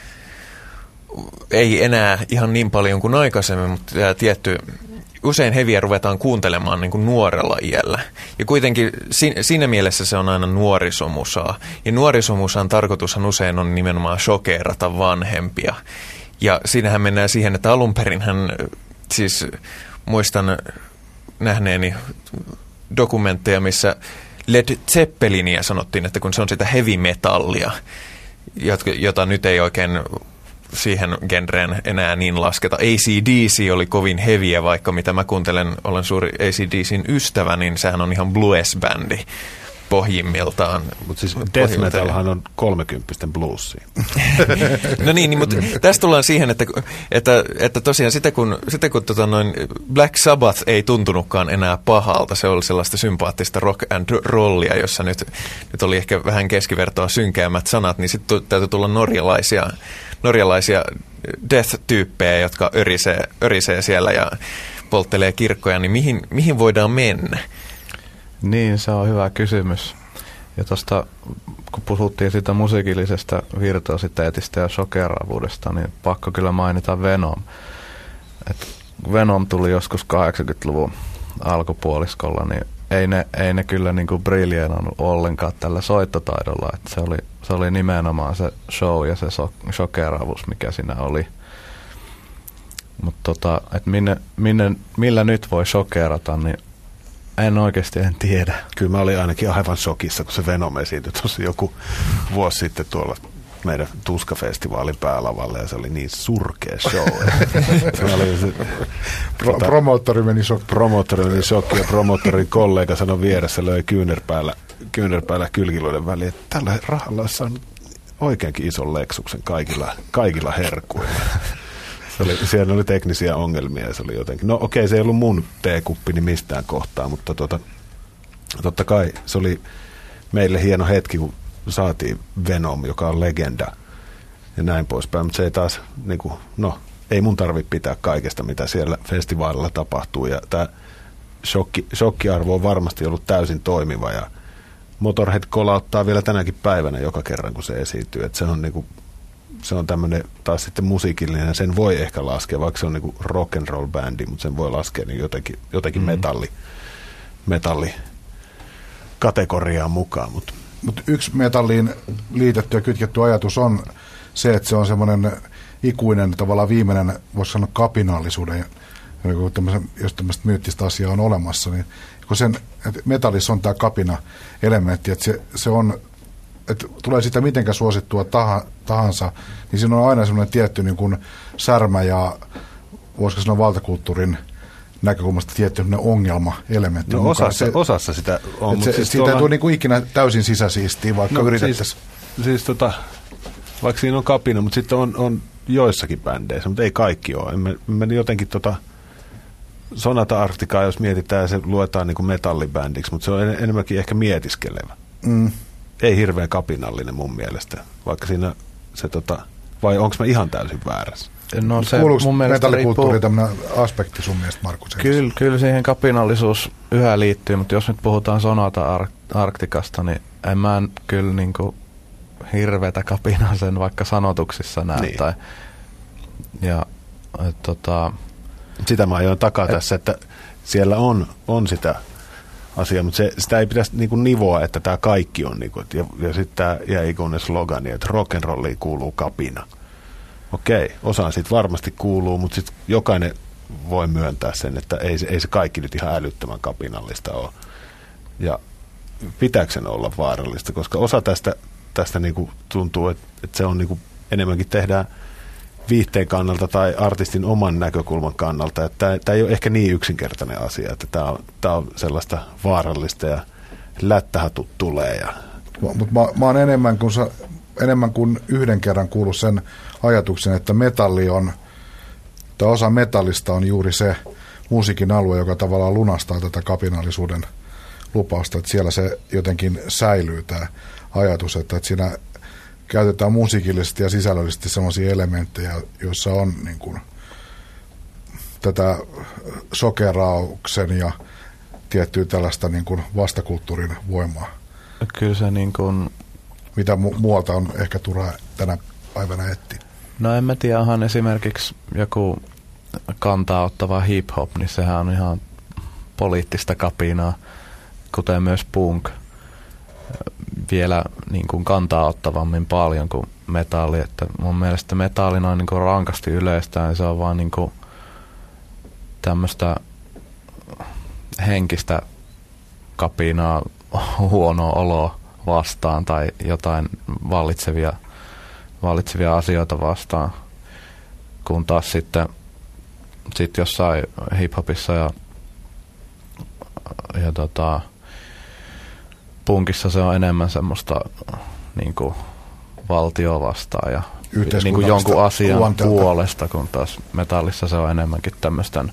ei enää ihan niin paljon kuin aikaisemmin, mutta tietty, usein heviä ruvetaan kuuntelemaan niin kuin nuorella iällä. Ja kuitenkin siinä mielessä se on aina nuorisomusaa. Ja nuorisomusan tarkoitushan usein on nimenomaan shokeerata vanhempia. Ja siinähän mennään siihen, että alunperinhän, siis muistan nähneeni dokumentteja, missä Led Zeppelinia sanottiin, että kun se on sitä heavy metallia, jota nyt ei oikein siihen genreen enää niin lasketa. AC/DC oli kovin heviä, vaikka mitä mä kuuntelen, olen suuri AC/DCn ystävä, niin sehän on ihan blues-bändi pohjimmiltaan. Mutta siis death metalhan on 30 bluesia. No niin, mutta tästä tullaan siihen, että tosiaan sitä kun Black Sabbath ei tuntunutkaan enää pahalta, se oli sellaista sympaattista rock and rollia, jossa nyt oli ehkä vähän keskivertoa synkeämmät sanat, niin sitten täytyy tulla norjalaisia death-tyyppejä, jotka örisee siellä ja polttelee kirkkoja, niin mihin voidaan mennä? Niin, se on hyvä kysymys. Ja tuosta, kun puhuttiin siitä musiikillisesta virtuositeetista ja shokeravuudesta, niin pakko kyllä mainita Venom. Venom tuli joskus 80-luvun alkupuoliskolla, niin ei ne kyllä niin kuin briljeerannut ollenkaan tällä soittotaidolla. Että se oli nimenomaan se show ja se shokeravus, mikä siinä oli. Mutta että millä nyt voi shokerata, niin en tiedä. Kyllä mä olin ainakin aivan shokissa, kun se Venom esiintyi tuossa joku vuosi sitten tuolla meidän Tuska-festivaalin päälavalle, ja se oli niin surkea show. Promoottori meni shokki. Ja promoottorin kollega sanoi vieressä, löi kyynärpäällä kylkiluiden väliin, että tällä rahalla olisi saanut oikeinkin ison leksuksen kaikilla herkuilla. Siellä oli teknisiä ongelmia ja se oli jotenkin. No okei, se ei ollut mun teekuppini mistään kohtaa, mutta totta kai se oli meille hieno hetki, kun saatiin Venom, joka on legenda ja näin poispäin. Mutta se ei taas, niin kuin, ei mun tarvitse pitää kaikesta, mitä siellä festivaalilla tapahtuu. Ja tämä shokkiarvo on varmasti ollut täysin toimiva ja Motorhead kolauttaa vielä tänäkin päivänä joka kerran, kun se esiintyy. Että se on niinku, se on tämmöinen taas sitten musiikillinen, sen voi ehkä laskea, vaikka se on niinku rock and roll bändi, mutta sen voi laskea niin jotenkin metalli kategoriaan mukaan. Mutta yksi metalliin liitetty ja kytketty ajatus on se, että se on semmoinen ikuinen, tavallaan viimeinen, voisi sanoa kapinallisuuden, jos tämmöistä myyttistä asiaa on olemassa, niin kun sen, että metallissa on tämä kapina-elementti, että se on, että tulee sitä mitenkä suosittua tahansa, niin siinä on aina semmoinen tietty niin kuin särmä ja voisiko sanoa valtakulttuurin näkökulmasta tietty ongelma-elementti. No osassa sitä on. Siitä ei tule niin kuin ikinä täysin sisäsiistiä, vaikka yritettäisiin. Siis vaikka siinä on kapina, mutta sitten on joissakin bändeissä, mutta ei kaikki ole. Me jotenkin Sonata Arcticaa, jos mietitään, se luetaan niin kuin metallibändiksi, mutta se on enemmänkin ehkä mietiskelevä. Ei hirveän kapinallinen mun mielestä, vaikka siinä se vai onko mä ihan täysin väärässä? No se mun mielestä metallikulttuuri tämmöinen aspekti sun mielestä, Markus? Kyllä siihen kapinallisuus yhä liittyy, mutta jos nyt puhutaan Sonata Arcticasta, niin en mä kyllä niinku hirveätä kapinaa sen vaikka sanotuksissa näe. Niin. Sitä mä ajoin takaa tässä, että siellä on sitä asiaa, mutta sitä ei pitäisi niinku nivoa, että tämä kaikki on. Niinku, ja sitten tämä jäi ikuinen slogani, että rock'n'rolliin kuuluu kapina. Okei, osaan siitä varmasti kuuluu, mutta sitten jokainen voi myöntää sen, että ei se kaikki nyt ihan älyttömän kapinallista ole. Ja pitääkö sen olla vaarallista, koska osa tästä niinku tuntuu, että se on niinku enemmänkin tehdään viihteen kannalta tai artistin oman näkökulman kannalta. Että tämä ei ole ehkä niin yksinkertainen asia, että tämä on sellaista vaarallista ja lättähatut tulee. Mutta mä oon enemmän kuin yhden kerran kuullut sen ajatuksen, että osa metallista on juuri se musiikin alue, joka tavallaan lunastaa tätä kapinallisuuden lupausta, että siellä se jotenkin säilyy tämä ajatus, että siinä käytetään musiikillisesti ja sisällöllisesti sellaisia elementtejä, joissa on niin kuin tätä sokerauksen ja tiettyä tällaista niin kuin vastakulttuurin voimaa. Kyllä se niin kuin mitä muualta on ehkä turha tänä päivänä etsiä. No en mä tiedä, onhan esimerkiksi joku kantaa ottava hip-hop, niin sehän on ihan poliittista kapinaa, kuten myös punk. Vielä niin kuin kantaa ottavammin paljon kuin metalli. Että mun mielestä metalli on niin kuin rankasti yleistä, ja se on vaan niin kuin tämmöistä henkistä kapinaa, huonoa oloa vastaan tai jotain vallitsevia asioita vastaan, kun taas sitten jossain hiphopissa ja punkissa se on enemmän semmoista niinku valtio vastaan ja niinku jonkun asian luonteelta puolesta, kun taas metallissa se on enemmänkin tämmöisten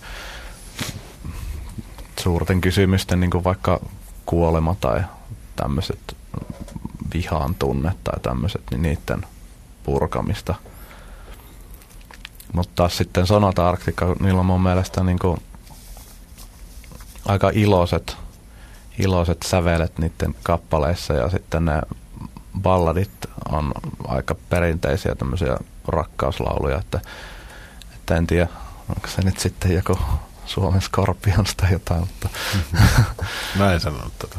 suurten kysymysten, niinku vaikka kuolema tai tämmöiset vihan tunne tai tämmöiset, niin niiden purkamista. Mutta taas sitten Sonata Arctica, niillä on mun mielestä niinku aika iloiset sävelet niiden kappaleissa, ja sitten ne balladit on aika perinteisiä tämmöisiä rakkauslauluja, että en tiedä, onko se nyt sitten joku Suomen Scorpions tai jotain, mutta mä en sanonut tätä.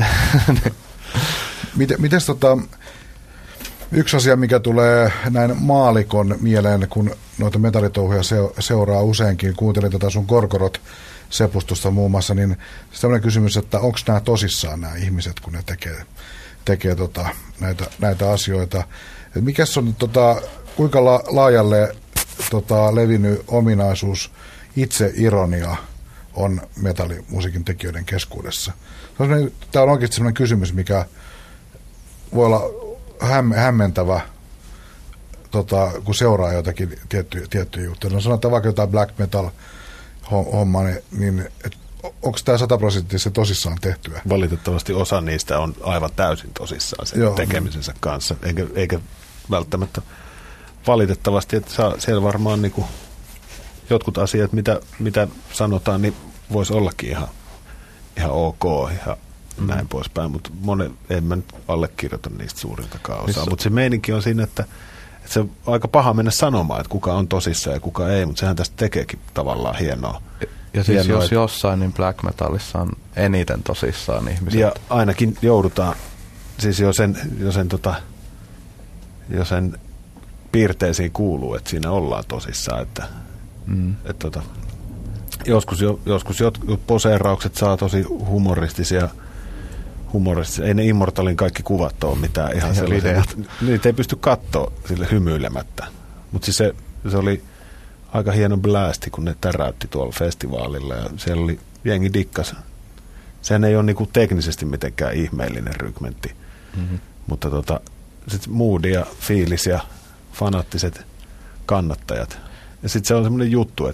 Mites yksi asia, mikä tulee näin maalikon mieleen, kun noita metallitouhuja seuraa useinkin, kuuntelin tätä sun Korkorot-sepustusta muun muassa, niin sellainen kysymys, että onko nämä tosissaan nämä ihmiset, kun ne tekee näitä asioita. Et mikäs on, kuinka laajalle levinnyt ominaisuus itseironia on metallimusiikin tekijöiden keskuudessa? Tämä on oikeasti sellainen kysymys, mikä voi olla hämmentävä kun seuraa jotakin tiettyjä juttuja. No sanotaan vaikka jotain black metal hommaa, niin onko tämä 100% tosissaan tehtyä? Valitettavasti osa niistä on aivan täysin tosissaan sen tekemisensä kanssa, eikä välttämättä valitettavasti, että siellä varmaan niin kuin jotkut asiat, mitä sanotaan, niin voisi ollakin ihan ok, ihan näin poispäin, mutta en mä nyt allekirjoita niistä suurintakaan osaa. Mutta se meininki on siinä, että se on aika paha mennä sanomaan, että kuka on tosissaan ja kuka ei, mutta sehän tästä tekeekin tavallaan hienoa. Ja siis jos jossain, niin black metallissa on eniten tosissaan ihmiset. Ja ainakin joudutaan, siis jo sen piirteisiin kuuluu, että siinä ollaan tosissaan, että joskus jotkut poseeraukset saa tosi humoristisia. Ei ne Immortalin kaikki kuvat ole mitään ihan sellaisia. Niitä ei pysty katsoa sille hymyilemättä. Mutta siis se oli aika hieno blästi, kun ne täräytti tuolla festivaalilla ja siellä oli jengi dikkas. Sehän ei ole niinku teknisesti mitenkään ihmeellinen rykmentti. Mutta sitten moodi ja fiilis ja fanaattiset kannattajat. Ja sitten se on semmoinen juttu,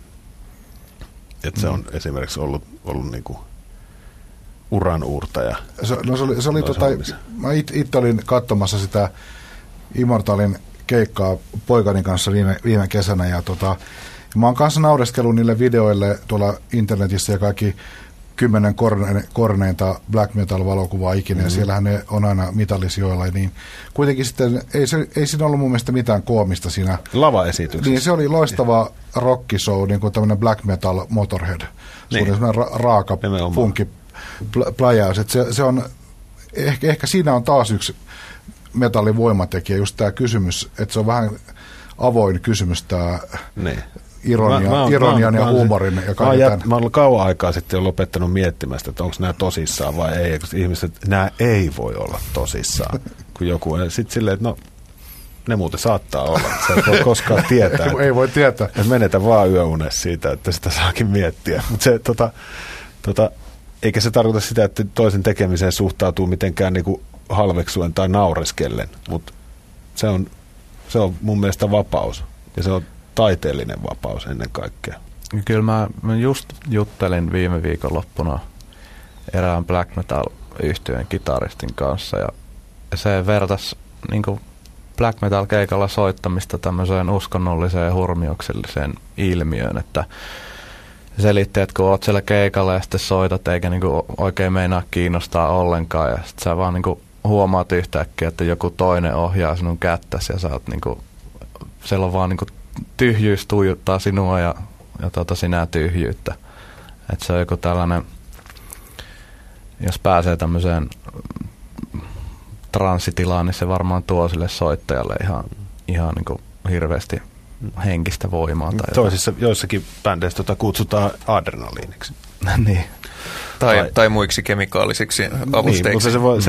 että se on esimerkiksi ollut niinku uran uurtaja. Se oli mä itse olin katsomassa sitä Immortalin keikkaa poikani kanssa viime kesänä ja mä oon kanssa naureskellut niille videoille tuolla internetissä ja kaikki 10 korneinta black metal valokuvaa ikinä ja siellähän ne on aina mitallisijoilla, niin kuitenkin sitten ei siinä ollut mun mielestä mitään koomista siinä lavaesityksessä. Niin se oli loistava rockishow, niin kuin tämmöinen black metal Motorhead. Se oli semmoinen raaka funky pläjäys. Se on, ehkä siinä on taas yksi metallin voimatekijä, just tämä kysymys, että se on vähän avoin kysymys tämä ironian ja huumorin ja kaiken. Mä olen kauan aikaa sitten jo lopettanut miettimästä, että onko nämä tosissaan vai ei, koska ihmiset, nämä ei voi olla tosissaan, kun joku, sitten silleen, että no, ne muuten saattaa olla, sä et voi koskaan tietää. Ei voi tietää. Että menetä vaan yöunessa siitä, että sitä saakin miettiä, mutta se eikä se tarkoita sitä, että toisen tekemiseen suhtautuu mitenkään niin kuin halveksuen tai naureskellen, mutta se on mun mielestä vapaus ja se on taiteellinen vapaus ennen kaikkea. Kyllä mä just juttelin viime viikonloppuna erään black metal-yhtyeen kitaristin kanssa ja se vertasi niin kuin black metal keikalla soittamista tämmöiseen uskonnolliseen hurmiokselliseen ilmiöön, että selitti, että kun oot siellä keikalla ja sitten soitat eikä niinku oikein meinaa kiinnostaa ollenkaan ja sitten sä vaan niinku huomaat yhtäkkiä, että joku toinen ohjaa sinun kättäsi ja sä oot niinku, siellä on vaan niinku tyhjyys tuijuttaa sinua ja sinä tyhjyyttä. Että se on joku tällainen, jos pääsee tämmöiseen transsitilaan, niin se varmaan tuo sille soittajalle ihan niinku hirveästi henkistä voimaa. Toisissa joissakin bändeissä kutsutaan adrenaliiniksi. Niin. Tai muiksi kemikaalisiksi avusteiksi. Niin, mutta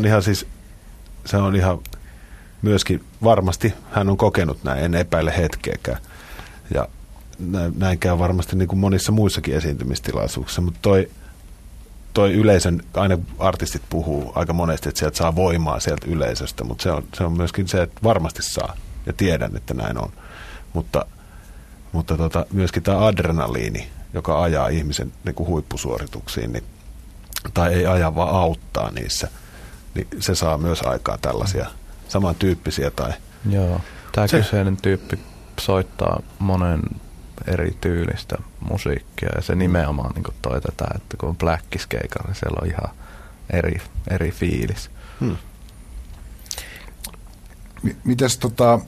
se on ihan myöskin varmasti hän on kokenut näin, en epäile hetkeäkään. Ja näin käy varmasti niin kuin monissa muissakin esiintymistilaisuuksissa, mutta toi yleisön, aina artistit puhuu aika monesti, että sieltä saa voimaa sieltä yleisöstä, mutta se on myöskin se, että varmasti saa ja tiedän, että näin on. Mutta myöskin tämä adrenaliini, joka ajaa ihmisen niin kuin huippusuorituksiin, niin, tai ei aja, vaan auttaa niissä, niin se saa myös aikaa tällaisia samantyyppisiä. Joo, tämä kyseinen tyyppi soittaa monen eri tyylistä musiikkia ja se nimenomaan niin kuin toi tätä, että kun on Blackis-keikalla, niin siellä on ihan eri fiilis. Mites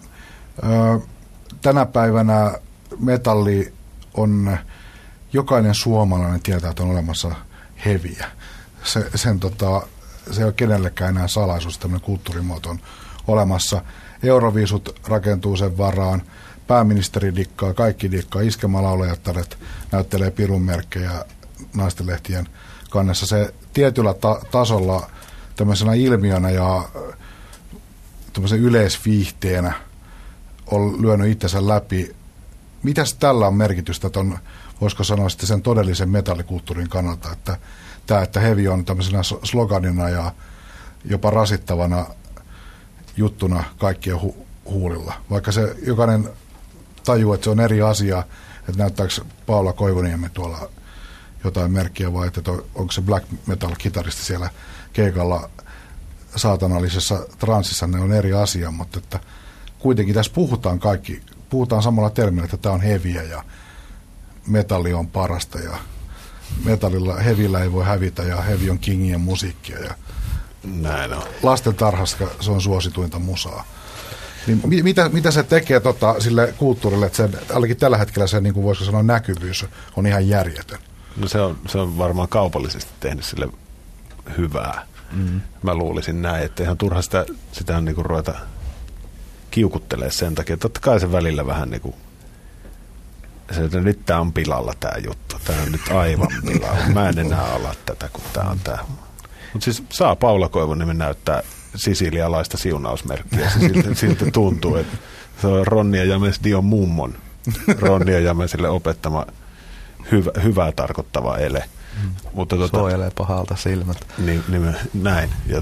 tänä päivänä metalli on, jokainen suomalainen tietää, että on olemassa heviä. Se ei ole kenellekään enää salaisuus, tämmöinen kulttuurimuoto on olemassa. Euroviisut rakentuu sen varaan, pääministeri dikkaa, kaikki dikkaa, iskelmälaulajattaret näyttelee pirunmerkkejä naistenlehtien kannessa. Se tietyllä tasolla tämmöisenä ilmiönä ja tämmöisen yleisviihteenä on lyönyt itsensä läpi. Mitäs tällä on merkitystä, voisiko sanoa sitten sen todellisen metallikulttuurin kannalta, että heavy on tämmöisenä sloganina ja jopa rasittavana juttuna kaikkien huulilla. Vaikka se jokainen tajuu, että se on eri asia, että näyttääkö Paula Koivuniemi tuolla jotain merkkiä vai että onko se black metal-kitaristi siellä keikalla saatanallisessa transsissa, ne on eri asia, mutta että kuitenkin tässä puhutaan samalla termillä, että tämä on heviä ja metalli on parasta ja hevillä ei voi hävitä ja hevi on kingien musiikkia ja näin on. Lasten tarhassa se on suosituinta musaa. Niin mitä se tekee sille kulttuurille, että sen, ainakin tällä hetkellä se, niin kuin voisiko sanoa, näkyvyys on ihan järjetön? No se on varmaan kaupallisesti tehnyt sille hyvää. Mä luulisin näin, että ihan turha sitä niin kuin ruveta kiukuttelee sen takia. Totta kai se välillä vähän niin kuin se, että nyt tää on pilalla tää juttu. Tää on nyt aivan pilalla. Mä en enää ala tätä, kun tää on tää. Mutta siis saa Paula Koivuniemi näyttää sisilialaista siunausmerkkiä. Se siltä tuntuu, että se on Ronnia James Dion mummon. Ronnia Jamesille opettama hyvää tarkoittava ele. Mutta suojelee pahalta silmät. Näin. Ja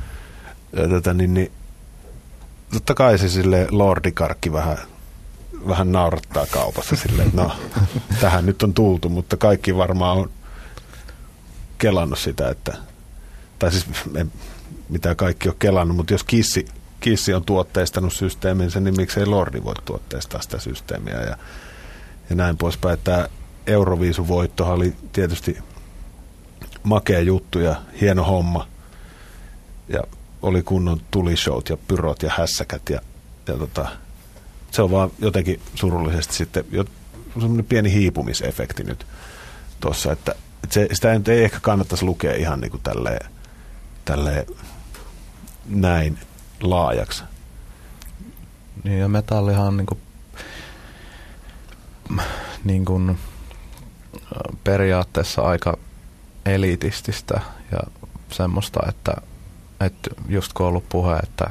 totta kai se sille lordikarkki vähän naurattaa kaupassa silleen, että no, tähän nyt on tultu, mutta kaikki varmaan on kelannut sitä, että, tai siis mitä kaikki on kelannut, mutta jos Kissi on tuotteistanut systeeminsä, niin miksei Lordi voi tuotteistaa sitä systeemiä ja näin poispäin. Tämä Euroviisuvoittohan oli tietysti makea juttu ja hieno homma ja oli kunnon tulishowt ja pyrot ja hässäkät ja se on vaan jotenkin surullisesti sitten semmoinen pieni hiipumisefekti nyt tuossa, että sitä ei ehkä kannattaisi lukea ihan niin kuin tälleen näin laajaksi. Niin ja metallihan on niin kuin periaatteessa aika elitististä ja semmoista, että just kun on ollut puhe, että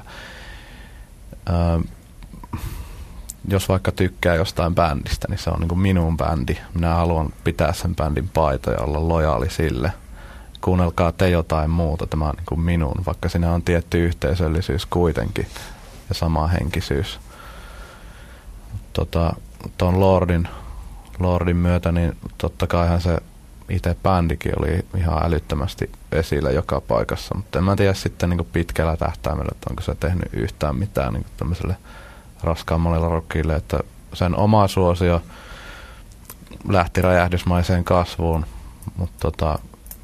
jos vaikka tykkää jostain bändistä, niin se on niin kuin minun bändi. Minä haluan pitää sen bändin paita ja olla lojaali sille. Kuunnelkaa te jotain muuta, tämä on niin kuin minun, vaikka siinä on tietty yhteisöllisyys kuitenkin ja sama henkisyys. Tuon Lordin myötä, niin totta kaihan se itse bändikin oli ihan älyttömästi esillä joka paikassa, mutta en mä tiedä sitten niin kuin pitkällä tähtäimellä, että onko se tehnyt yhtään mitään niin kuin tämmöiselle raskaammalle rockille, että sen oma suosio lähti räjähdysmaiseen kasvuun, mutta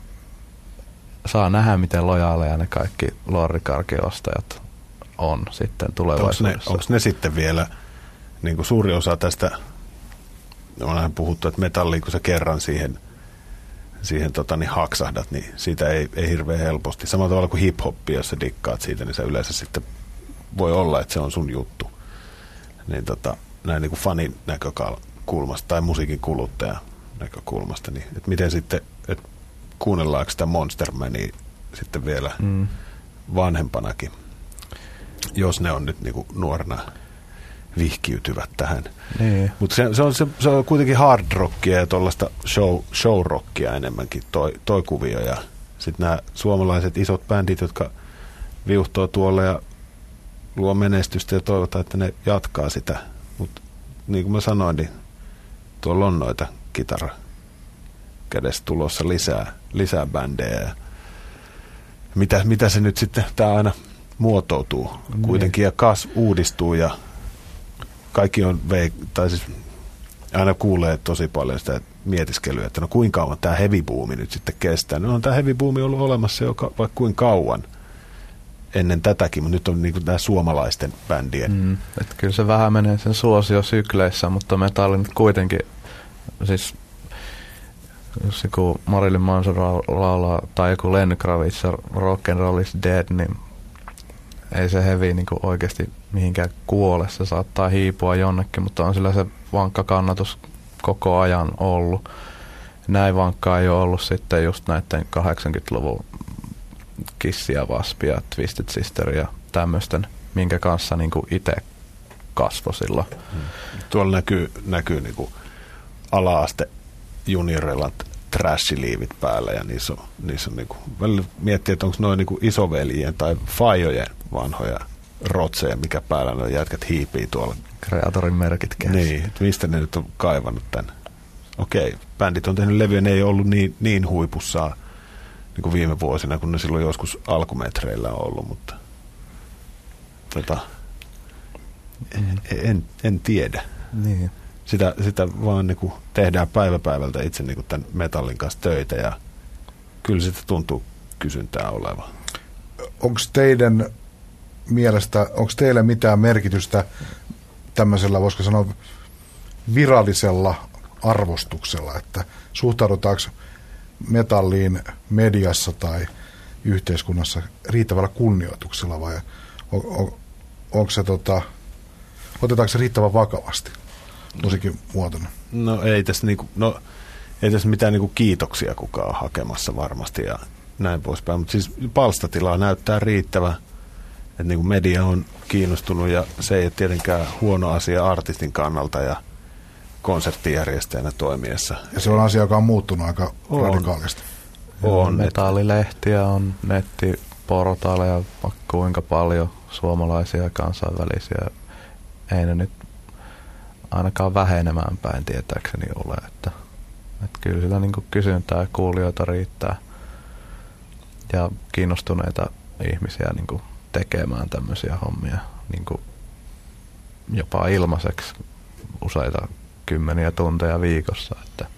saa nähdä, miten lojaaleja ne kaikki Lordi-karkiostajat on sitten tulevaisuudessa. Onko ne sitten vielä, niin kuin suuri osa tästä, on puhuttu, että metalliin, kun sä kerran siihen haksahdat, niin siitä ei hirveän helposti. Samalla tavalla kuin hip-hoppi, jos sä dikkaat siitä, niin se yleensä sitten voi olla, että se on sun juttu. Niin näin niin kuin fanin näkökulmasta tai musiikin kuluttajan näkökulmasta, niin että miten sitten, että kuunnellaanko sitä Monster Mania sitten vielä vanhempanakin, jos ne on nyt niin kuin nuorena vihkiytyvät tähän. Niin. Mutta se on kuitenkin hard rockia ja tuollaista show rockia enemmänkin toi kuvio. Ja sitten nämä suomalaiset isot bändit, jotka viuhtoo tuolla ja luo menestystä ja toivotaan, että ne jatkaa sitä. Mutta niin kuin mä sanoin, niin tuolla on noita kitarakädessä tulossa lisää bändejä. Ja mitä se nyt sitten, tämä aina muotoutuu kuitenkin ja uudistuu ja kaikki on, tai siis aina kuulee tosi paljon sitä mietiskelyä, että no kuinka kauan tämä heavy-buumi nyt sitten kestää. No on tämä heavy-buumi ollut olemassa jo vaikka kuinka kauan ennen tätäkin, mutta nyt on niin kuin nämä suomalaisten bändien. Että kyllä se vähän menee sen suosiosykleissä, mutta metalli nyt kuitenkin, siis jos joku Marilyn Manson laulaa tai joku Lenny Kravitz Rock and Roll is Dead, niin ei se heavy niin kuin oikeasti mihinkään kuole. Se saattaa hiipua jonnekin, mutta on sillä se vankka kannatus koko ajan ollut. Näin vankkaa ei ole ollut sitten just näiden 80-luvun Kissia, Waspia, Twisted Sister ja tämmöisten, minkä kanssa niin kuin itse kasvoi silloin. Tuolla näkyy niin kuin ala-aste junioreilla trashiliivit päällä ja niissä on niin kuin, välillä miettii, että onko noin niin kuin isoveljien tai faijojen vanhoja rotseja, mikä päällä ne jätkät hiipii tuolla. Kreatorin merkit käsi. Niin, että mistä ne nyt on kaivannut tämän. Okei, bändit on tehnyt levyjä, ne ei ollut niin huipussaan niin kuin viime vuosina, kun ne silloin joskus alkumetreillä on ollut, mutta en tiedä. Niin. Sitä vaan niin kuin tehdään päivältä itse niin kuin tämän metallin kanssa töitä ja kyllä sitä tuntuu kysyntää olevan. Onko teidän mielestä, onko teille mitään merkitystä tämmöisellä, voisiko sanoa, virallisella arvostuksella, että suhtaudutaanko metalliin mediassa tai yhteiskunnassa riittävällä kunnioituksella vai onko se otetaanko se riittävän vakavasti musiikin muotona? No ei tässä mitään niinku kiitoksia kukaan ole hakemassa varmasti ja näin poispäin, mutta siis palstatilaa näyttää riittävä, että niinku media on kiinnostunut ja se ei ole tietenkään huono asia artistin kannalta ja konserttijärjestäjänä toimiessa. Ja se on asia, joka on muuttunut aika radikaalisti. On. Metallilehtiä on, nettiportaaleja, kuinka paljon suomalaisia ja kansainvälisiä. Ei ne nyt ainakaan vähenemään päin tietääkseni ole. Että kyllä sillä niin kuin kysyntää ja kuulijoita riittää ja kiinnostuneita ihmisiä niin kuin tekemään tämmöisiä hommia niin kuin jopa ilmaiseksi useita kymmeniä tunteja viikossa.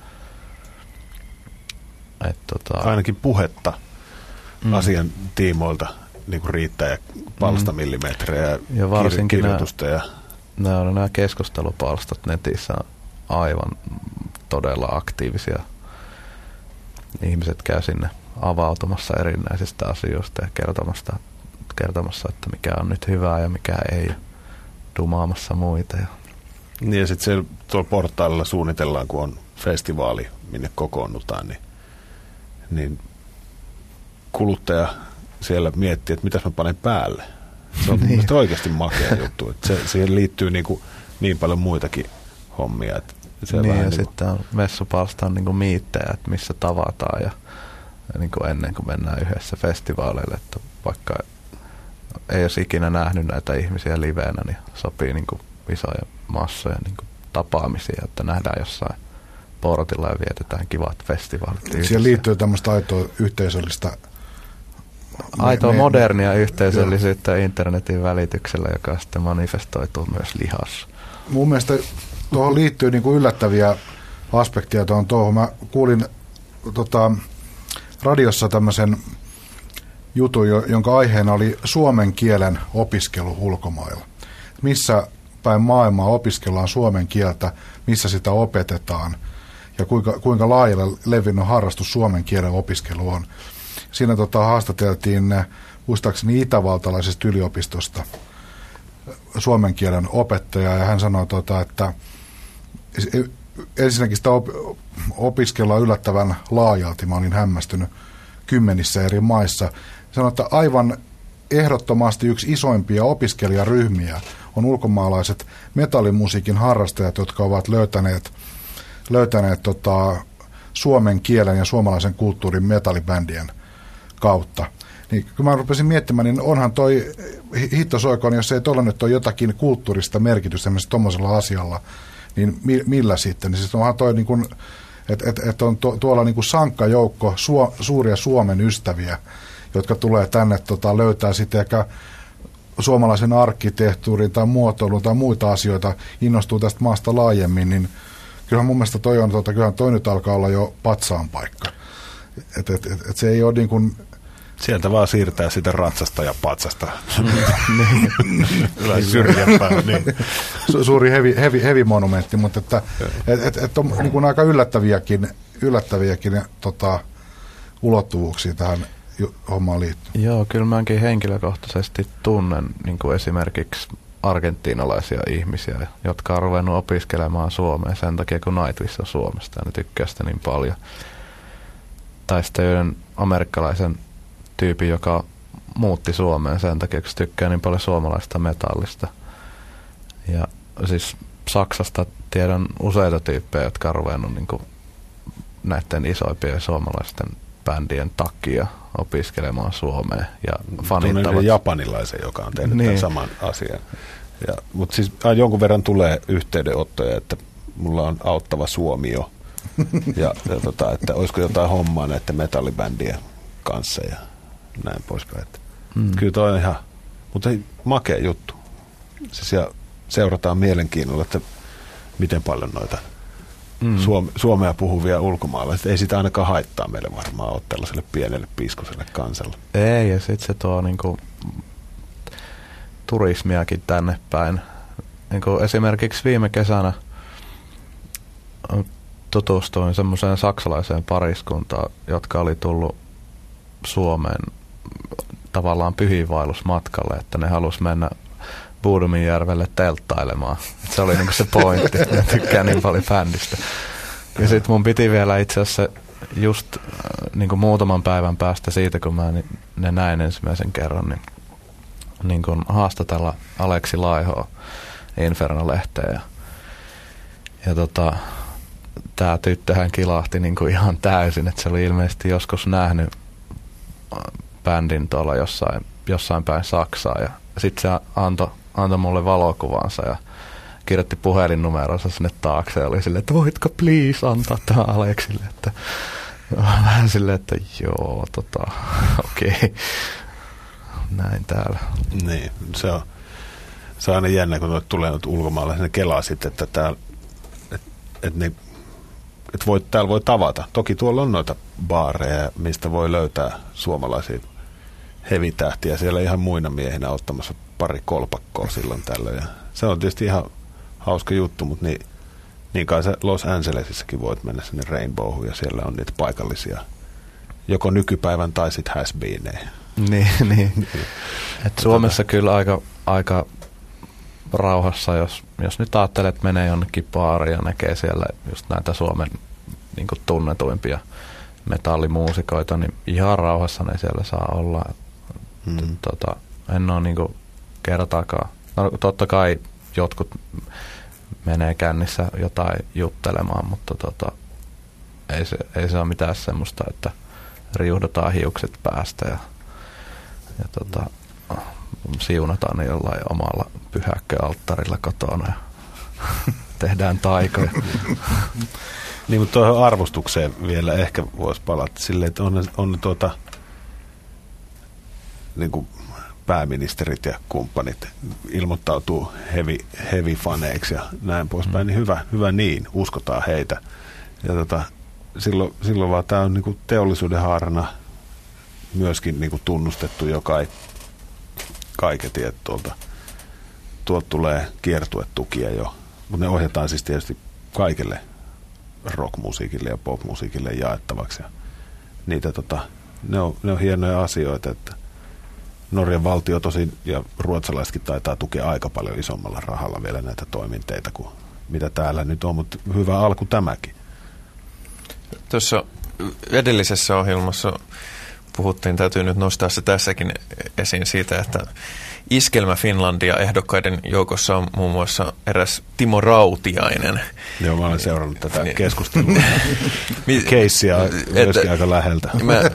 Ainakin puhetta asian tiimoilta niin kuin riittää ja palstamillimetrejä ja varsinkin kirjoitusta. Nämä keskustelupalstat netissä on aivan todella aktiivisia. Ihmiset käy sinne avautumassa erinäisistä asioista ja kertomassa, että mikä on nyt hyvää ja mikä ei, dumaamassa muita. Niin ja sitten tuolla portaalilla suunnitellaan, kun on festivaali, minne kokoonnutaan, niin kuluttaja siellä miettii, että mitäs mä panen päälle. Se on niin. Oikeasti makea juttu. Että siihen liittyy niin paljon muitakin hommia. Että se niin ja sitten on messupalstaan niin miittejä, että missä tavataan ja niin kuin ennen kuin mennään yhdessä festivaaleille, että vaikka ei olisi ikinä nähnyt näitä ihmisiä liveenä, niin sopii niin kuin isoja massoja niin kuin tapaamisia, että nähdään jossain portilla ja vietetään kivat festivaalit. Siihen liittyy tämmöistä aitoa yhteisöllistä aitoa modernia yhteisöllisyyttä internetin välityksellä, joka sitten manifestoituu myös lihassa. Mun mielestä tuohon liittyy niin kuin yllättäviä aspekteja tuohon. Mä kuulin radiossa tämmöisen jutun, jonka aiheena oli suomen kielen opiskelu ulkomailla. Missä päin maailmaa opiskellaan suomen kieltä, missä sitä opetetaan ja kuinka laajalle levinnyt harrastus suomen kielen opiskelu on. Siinä haastateltiin muistaakseni itävaltalaisesta yliopistosta suomen kielen opettajaa ja hän sanoi, että ensinnäkin sitä opiskellaan yllättävän laajalti. Mä olin hämmästynyt 10 eri maissa. Sanoi, että aivan ehdottomasti yksi isoimpia opiskelijaryhmiä on ulkomaalaiset metallimusiikin harrastajat, jotka ovat löytäneet suomen kielen ja suomalaisen kulttuurin metallibändien kautta. Niin kun mä rupesin miettimään, niin onhan toi hittosoikoon, jos ei tuolla nyt ole jotakin kulttuurista merkitystä tuommoisella asialla, niin millä sitten? Niin siis onhan toi niin kuin, että on tuolla niin kuin sankka joukko suuria Suomen ystäviä, jotka tulee tänne löytää sitten ehkä suomalaisen arkkitehtuurin tai muotoilun tai muita asioita, innostuu tästä maasta laajemmin, niin kyllähän mun mielestä toi on, kyllähän toi nyt alkaa olla jo patsaan paikka. Et se ei ole niin kuin sieltä vaan siirtää sitä ratsasta ja patsasta syrjämpään. Niin. Suuri heavy monumentti, mutta että on niin kuin aika yllättäviäkin ulottuvuuksia tähän hommaan liittyy. Joo, kyllä mäkin henkilökohtaisesti tunnen niin kuin esimerkiksi argentiinalaisia ihmisiä, jotka on ruvennut opiskelemaan Suomea sen takia, kun Nightwish on Suomesta ja ne tykkää sitä niin paljon. Tai sitten yhden amerikkalaisen tyypin, joka muutti Suomeen sen takia, kun se tykkää niin paljon suomalaista metallista. Ja siis Saksasta tiedän useita tyyppejä, jotka on ruvennut niin kuin näiden isoimpien suomalaisten bändien takia opiskelemaan Suomeen ja fanittavat. Japanilaisen, joka on tehnyt tämän saman asian. Mutta siis jonkun verran tulee yhteydenottoja, että mulla on auttava Suomi jo. ja että olisiko jotain hommaa näiden metallibändien kanssa ja näin poispäin. Kyllä toi on ihan, mutta makea juttu. Siis ja seurataan mielenkiinnolla, että miten paljon noita suomea puhuvia ulkomaalaisia. Ei sitä ainakaan haittaa meille varmaan ole tällaiselle pienelle piiskuselle kansalle. Ei, ja sitten se tuo niinku turismiakin tänne päin. Niinku esimerkiksi viime kesänä tutustuin semmoiseen saksalaiseen pariskuntaan, jotka oli tullut Suomeen tavallaan pyhiinvaellusmatkalle, että ne halusi mennä Buuduminjärvelle telttailemaan. Se oli niinku se pointti. Mä tykkään niin paljon bändistä. Ja sit mun piti vielä itse asiassa just niinku muutaman päivän päästä siitä, kun mä ne näin ensimmäisen kerran, niin kun haastatella Aleksi Laihoa Inferno-lehteen. Ja tää tyttöhän kilahti niinku ihan täysin, että se oli ilmeisesti joskus nähnyt bändin tuolla jossain päin Saksaa. Ja sit se antoi mulle valokuvansa ja kirjoitti puhelinnumeronsa sinne taakse ja oli silleen, että voitko please antaa tämän Aleksille. Että, vähän silleen, että joo, okei. Näin täällä. Niin, se on aina jännä, kun tulee ulkomailla, ne kelaa sitten, että täällä täällä voi tavata. Toki tuolla on noita baareja, mistä voi löytää suomalaisia hevitähtiä. Siellä ihan muina miehinä ottamassa pari kolpakkoa silloin tällöin. Ja se on tietysti ihan hauska juttu, mutta niin kai sä Los Angelesissakin voit mennä sinne Rainbowhun ja siellä on niitä paikallisia, joko nykypäivän tai sitten has-beenejä. Niin. Et Suomessa kyllä aika rauhassa, jos nyt ajattelet, että menee jonnekin baariin ja näkee siellä just näitä Suomen niin kuin tunnetuimpia metallimuusikoita, niin ihan rauhassa ne siellä saa olla. En ole niin kuin kertaakaan. No, totta kai jotkut menee kännissä jotain juttelemaan, mutta ei se ole mitään semmoista, että riuhdataan hiukset päästä ja siunataan ne jollain omalla pyhäkköalttarilla kotona ja tehdään taikoja. Niin, mutta tuohon arvostukseen vielä ehkä voisi palata silleen, että on niin kuin pääministerit ja kumppanit ilmoittautuu heavy faneiksi ja näin poispäin, niin hyvä niin, uskotaan heitä. Ja silloin vaan tämä on niin kuin teollisuuden haarana myöskin niin kuin tunnustettu, joka ei kaiketi, että tuolta tulee kiertuetukia jo, mutta ne ohjataan siis tietysti kaikille rockmusiikille ja popmusiikille jaettavaksi. Ja niitä ne on hienoja asioita, että Norjan valtio tosin ja ruotsalaisetkin taitaa tukea aika paljon isommalla rahalla vielä näitä toiminteita kuin mitä täällä nyt on, mutta hyvä alku tämäkin. Tuossa edellisessä ohjelmassa puhuttiin, täytyy nyt nostaa se tässäkin esiin siitä, että Iskelmä Finlandia ehdokkaiden joukossa on muun muassa eräs Timo Rautiainen. Joo, mä olen seurannut tätä keskustelua. Keissiä myöskin aika läheltä.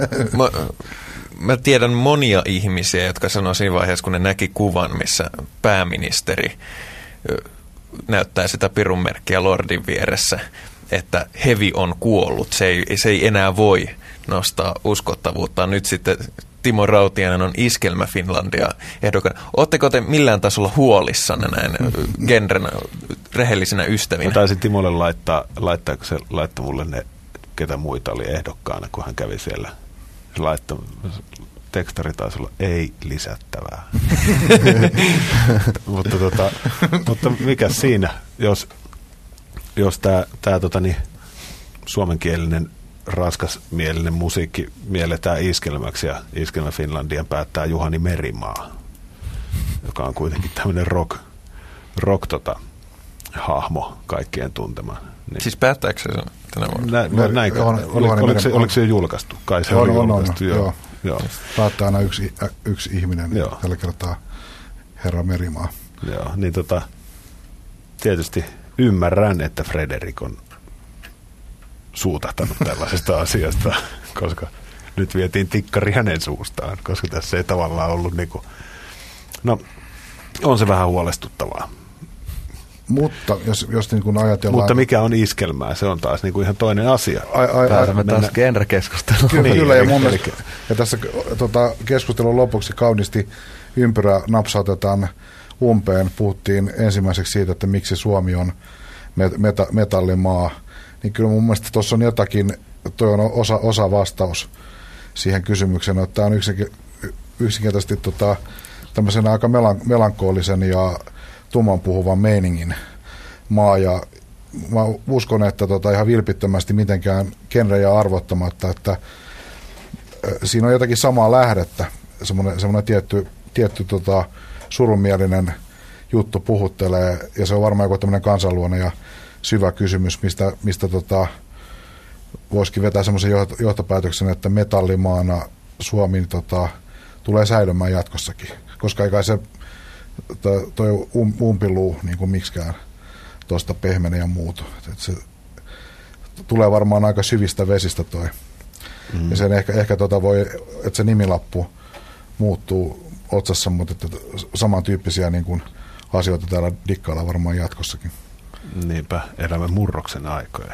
Mä tiedän monia ihmisiä, jotka sanoo siinä vaiheessa, kun ne näki kuvan, missä pääministeri näyttää sitä pirunmerkkiä Lordin vieressä, että heavy on kuollut. Se ei enää voi nostaa uskottavuutta. Nyt sitten Timo Rautiainen on Iskelmä Finlandia ehdokkaan. Oletteko te millään tasolla huolissanne näin genren rehellisinä ystävinä? Mä taisin Timolle laittaa, kun se laittoi mulle ne, ketä muita oli ehdokkaana, kun hän kävi siellä. Se laittoi, tekstari taisi olla ei lisättävää. mutta mikä siinä, jos tämä suomenkielinen raskasmielinen musiikki mielletään iskelmäksi ja Iskelmä Finlandian päättää Juhani Merimaa, joka on kuitenkin tämmöinen rock hahmo kaikkien tuntema. Niin. Siis päättääkö se tänä vuonna? Oliko se jo julkaistu? Kai se on julkaistu. Joo. Päättää aina yksi ihminen, tällä kertaa herra Merimaa. Joo, niin tietysti ymmärrän, että Frederik on suutahtanut tällaisesta asiasta, koska nyt vietiin tikkari hänen suustaan, koska tässä ei tavallaan ollut niinku, no on se vähän huolestuttavaa. Mutta jos niin kuin ajatellaan... Mutta mikä on iskelmää, se on taas niin kuin ihan toinen asia. Pääsemme taas genre-keskusteluun. Kyllä, ja tässä keskustelun lopuksi kauniisti ympyrä napsautetaan umpeen. Puhuttiin ensimmäiseksi siitä, että miksi Suomi on metallimaa. Niin kyllä mun mielestä tuossa on jotakin, toi on osa vastaus siihen kysymykseen, että tämä on yksinkertaisesti tämmöisen aika melankolisen ja tumman puhuvan meiningin maa, ja mä uskon, että ihan vilpittömästi mitenkään genrejä arvottamatta, että siinä on jotakin samaa lähdettä, semmoinen tietty surumielinen juttu puhuttelee, ja se on varmaan joku tämmöinen kansanluonne ja syvä kysymys, mistä voisikin vetää semmoisen johtopäätöksen, että metallimaana Suomi tulee säilymään jatkossakin, koska ei kai se toi umpiluu niin kuin miksikään tuosta pehmene ja muutu. Se tulee varmaan aika syvistä vesistä toi. Ja sen ehkä voi, että se nimilappu muuttuu otsassa, mutta että samantyyppisiä niin kuin asioita täällä dikkaillaan varmaan jatkossakin. Niinpä, elämme murroksen aikoja.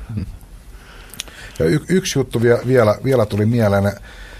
Ja yksi juttu vielä tuli mieleen.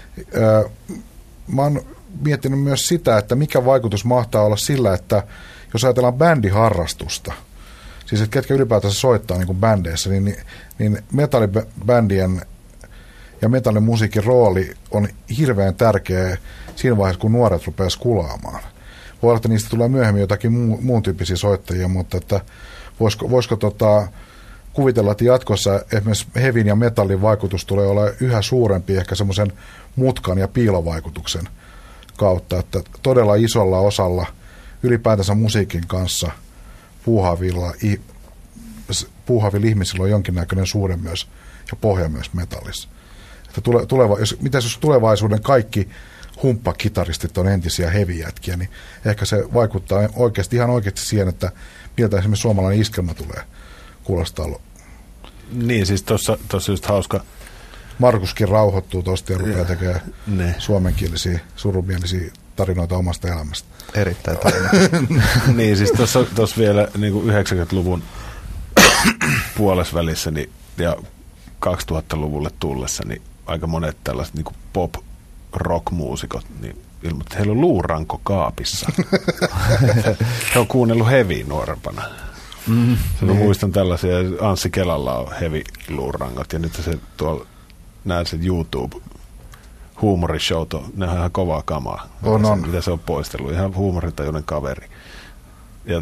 Mä oon miettinyt myös sitä, että mikä vaikutus mahtaa olla sillä, että jos ajatellaan bändiharrastusta, siis että ketkä ylipäätänsä soittaa niin kuin bändeissä, niin metallibändien ja metallimusiikin rooli on hirveän tärkeä siinä vaiheessa, kun nuoret rupeaa skulaamaan. Voi olla, että niistä tulee myöhemmin jotakin muun tyyppisiä soittajia, mutta että voisiko kuvitella, että jatkossa esimerkiksi hevin ja metallin vaikutus tulee olla yhä suurempi ehkä semmoisen mutkan ja piilovaikutuksen kautta, että todella isolla osalla ylipäätänsä musiikin kanssa puuhaavilla ihmisillä on jonkinnäköinen suhde myös ja pohja myös metallissa. Että jos tulevaisuuden kaikki humppakitaristit on entisiä heavy-jätkiä, niin ehkä se vaikuttaa ihan oikeasti siihen, että miltä esimerkiksi suomalainen iskelmä tulee kuulostaa. Niin, siis tuossa just hauska. Markuskin rauhoittuu tuosta ja rupeaa tekemään suomenkielisiä, surumielisiä tarinoita omasta elämästä. Erittäin tarina. Niin, siis tuossa vielä niin kuin 90-luvun puolesvälissä ja 2000-luvulle tullessa, niin aika monet tällaiset niin kuin pop-rock-muusikot niin ilmoittivat, että heillä on luuranko kaapissa. He on kuunnellut heviä nuorempana. Mä muistan tällaisia, Anssi Kelalla on heavy-luurangot, ja nyt se tuolla näet se YouTube-huumorishow, ne on ihan kovaa kamaa. Mitä se on poistellut, ihan huumorintajuinen kaveri. Ja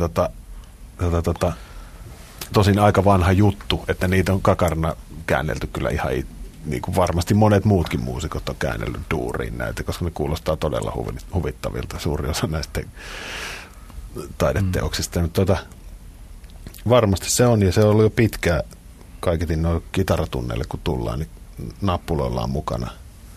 tosin aika vanha juttu, että niitä on kakarana käännelty kyllä ihan niin kuin varmasti monet muutkin muusikot on käännellyt duuriin näitä, koska ne kuulostaa todella huvittavilta, suuri osa näistä taideteoksista. Varmasti se on, ja se on ollut jo pitkään kaiketi noin kitaratunneille, kun tullaan, niin nappuloilla on mukana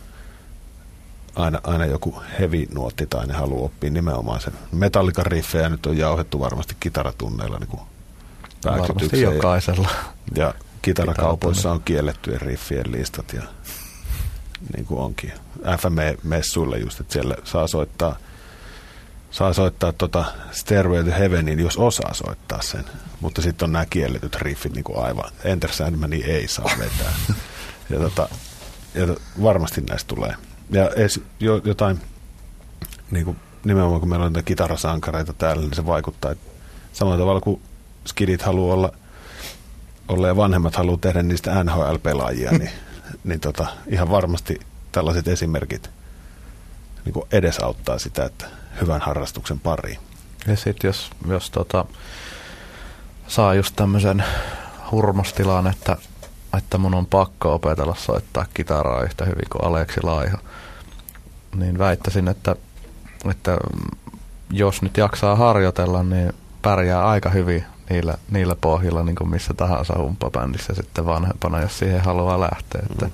aina joku heavy-nuotti tai ne haluaa oppia nimenomaan sen. Metallican riffejä nyt on jauhettu varmasti kitaratunneilla niin varmasti jokaisella. Ja kitarakaupoissa on kiellettyjen riffien listat ja niin kuin onkin. FM-messuilla just, että siellä saa soittaa Stairway to Heavenin, jos osaa soittaa sen. Mutta sitten on nämä kielletyt riffit niin kuin aivan. Enter Sandmania ei saa vetää. Ja varmasti näistä tulee. Ja jotain, niin kuin nimenomaan kun meillä on näitä kitarasankareita täällä, niin se vaikuttaa. Samalla tavalla kuin skidit haluaa olla ja vanhemmat haluaa tehdä niistä NHL-pelaajia, niin ihan varmasti tällaiset esimerkit niin kuin edesauttaa sitä, että hyvän harrastuksen pariin. Ja sitten jos saa just tämmöisen hurmostilan, että mun on pakko opetella soittaa kitaraa yhtä hyvin kuin Aleksi Laiho, niin väittäisin, että jos nyt jaksaa harjoitella, niin pärjää aika hyvin niillä pohjilla niin kuin missä tahansa humppabändissä sitten vanhempana, jos siihen haluaa lähteä. Että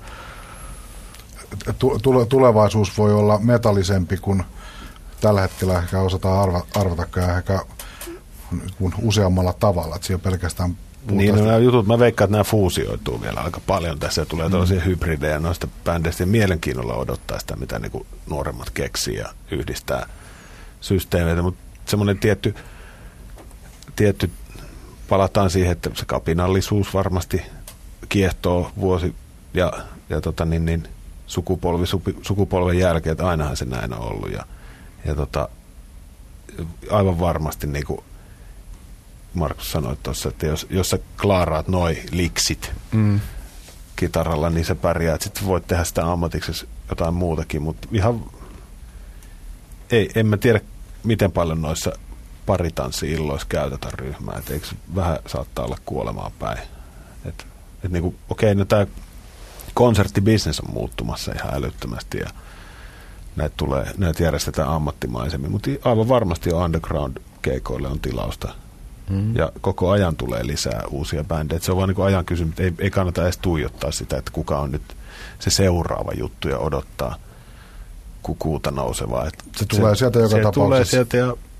tulevaisuus voi olla metallisempi kuin tällä hetkellä ehkä osataan arvatakaan ehkä useammalla tavalla. Että siinä on pelkästään Niin, nämä jutut, mä veikkaan, että nämä fuusioituu vielä aika paljon tässä ja tulee tällaisia hybridejä noista bändeistä ja mielenkiinnolla odottaa sitä, mitä niin kuin nuoremmat keksii ja yhdistää systeemeitä, mutta semmoinen tietty, palataan siihen, että se kapinallisuus varmasti kiehtoo ja sukupolven jälkeen, että ainahan se näin on ollut ja aivan varmasti niin kuin Markus sanoi tuossa, että jos sä klaaraat noi liksit kitaralla, niin sä pärjäät. Sitten voit tehdä sitä ammatiksesi jotain muutakin, mutta ihan en mä tiedä, miten paljon noissa paritanssi-illoissa käytetään ryhmää. Et eikö vähän saattaa olla kuolemaan päin. Niinku, okei, no tää konserttibisnes on muuttumassa ihan älyttömästi ja näitä järjestetään ammattimaisemmin, mutta aivan varmasti on underground-keikoille on tilausta. Ja koko ajan tulee lisää uusia bändejä. Se on vaan niin kuin ajan kysymys. Ei kannata edes tuijottaa sitä, että kuka on nyt se seuraava juttu ja odottaa kukuuta nousevaa. Se tulee sieltä joka tapauksessa. Se tulee sieltä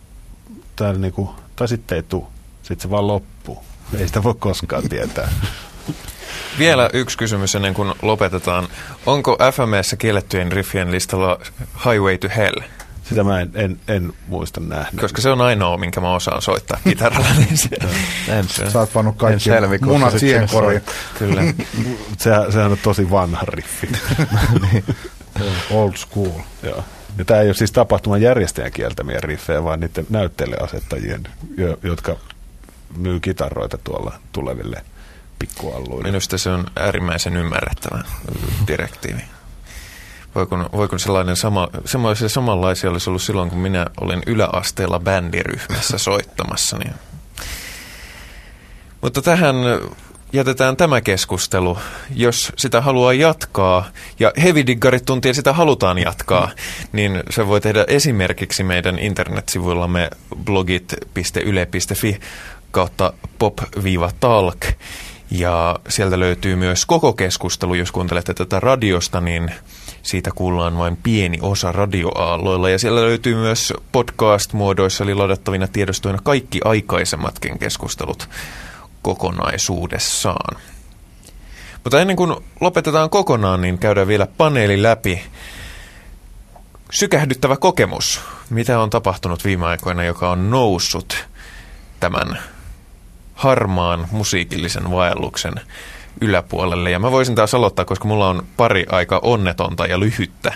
tai sitten ei tule. Sitten se vaan loppuu. Ei sitä voi koskaan tietää. Vielä yksi kysymys ennen kuin lopetetaan. Onko FM:ssä kiellettyjen riffien listalla Highway to Hell? Sitä mä en muista nähdä. Koska se on ainoa, minkä mä osaan soittaa kitaralla. Sä oot pannut kaikki munat siihen koriin. Kyllä. Sehän on tosi vanha riffi. Old school. Joo. Ja tämä ei ole siis tapahtuman järjestäjän kieltämiä riffejä, vaan niiden näytteille asettajien, jotka myy kitarroita tuolla tuleville pikkualluille. Minusta se on äärimmäisen ymmärrettävä direktiivi. Voiko semmoisia samanlaisia olisi ollut silloin, kun minä olin yläasteella bändiryhmässä soittamassa. Niin. Mutta tähän jätetään tämä keskustelu. Jos sitä haluaa jatkaa, ja heavy-diggarit tuntia sitä halutaan jatkaa, niin se voi tehdä esimerkiksi meidän internetsivuillamme blogit.yle.fi kautta pop-talk. Ja sieltä löytyy myös koko keskustelu, jos kuuntelette tätä radiosta, niin siitä kuullaan vain pieni osa radioaalloilla. Ja siellä löytyy myös podcast-muodoissa, eli ladattavina tiedostoina kaikki aikaisemmatkin keskustelut kokonaisuudessaan. Mutta ennen kuin lopetetaan kokonaan, niin käydään vielä paneeli läpi. Sykähdyttävä kokemus. Mitä on tapahtunut viime aikoina, joka on noussut tämän harmaan musiikillisen vaelluksen yläpuolelle. Ja mä voisin taas aloittaa, koska mulla on pari aika onnetonta ja lyhyttä,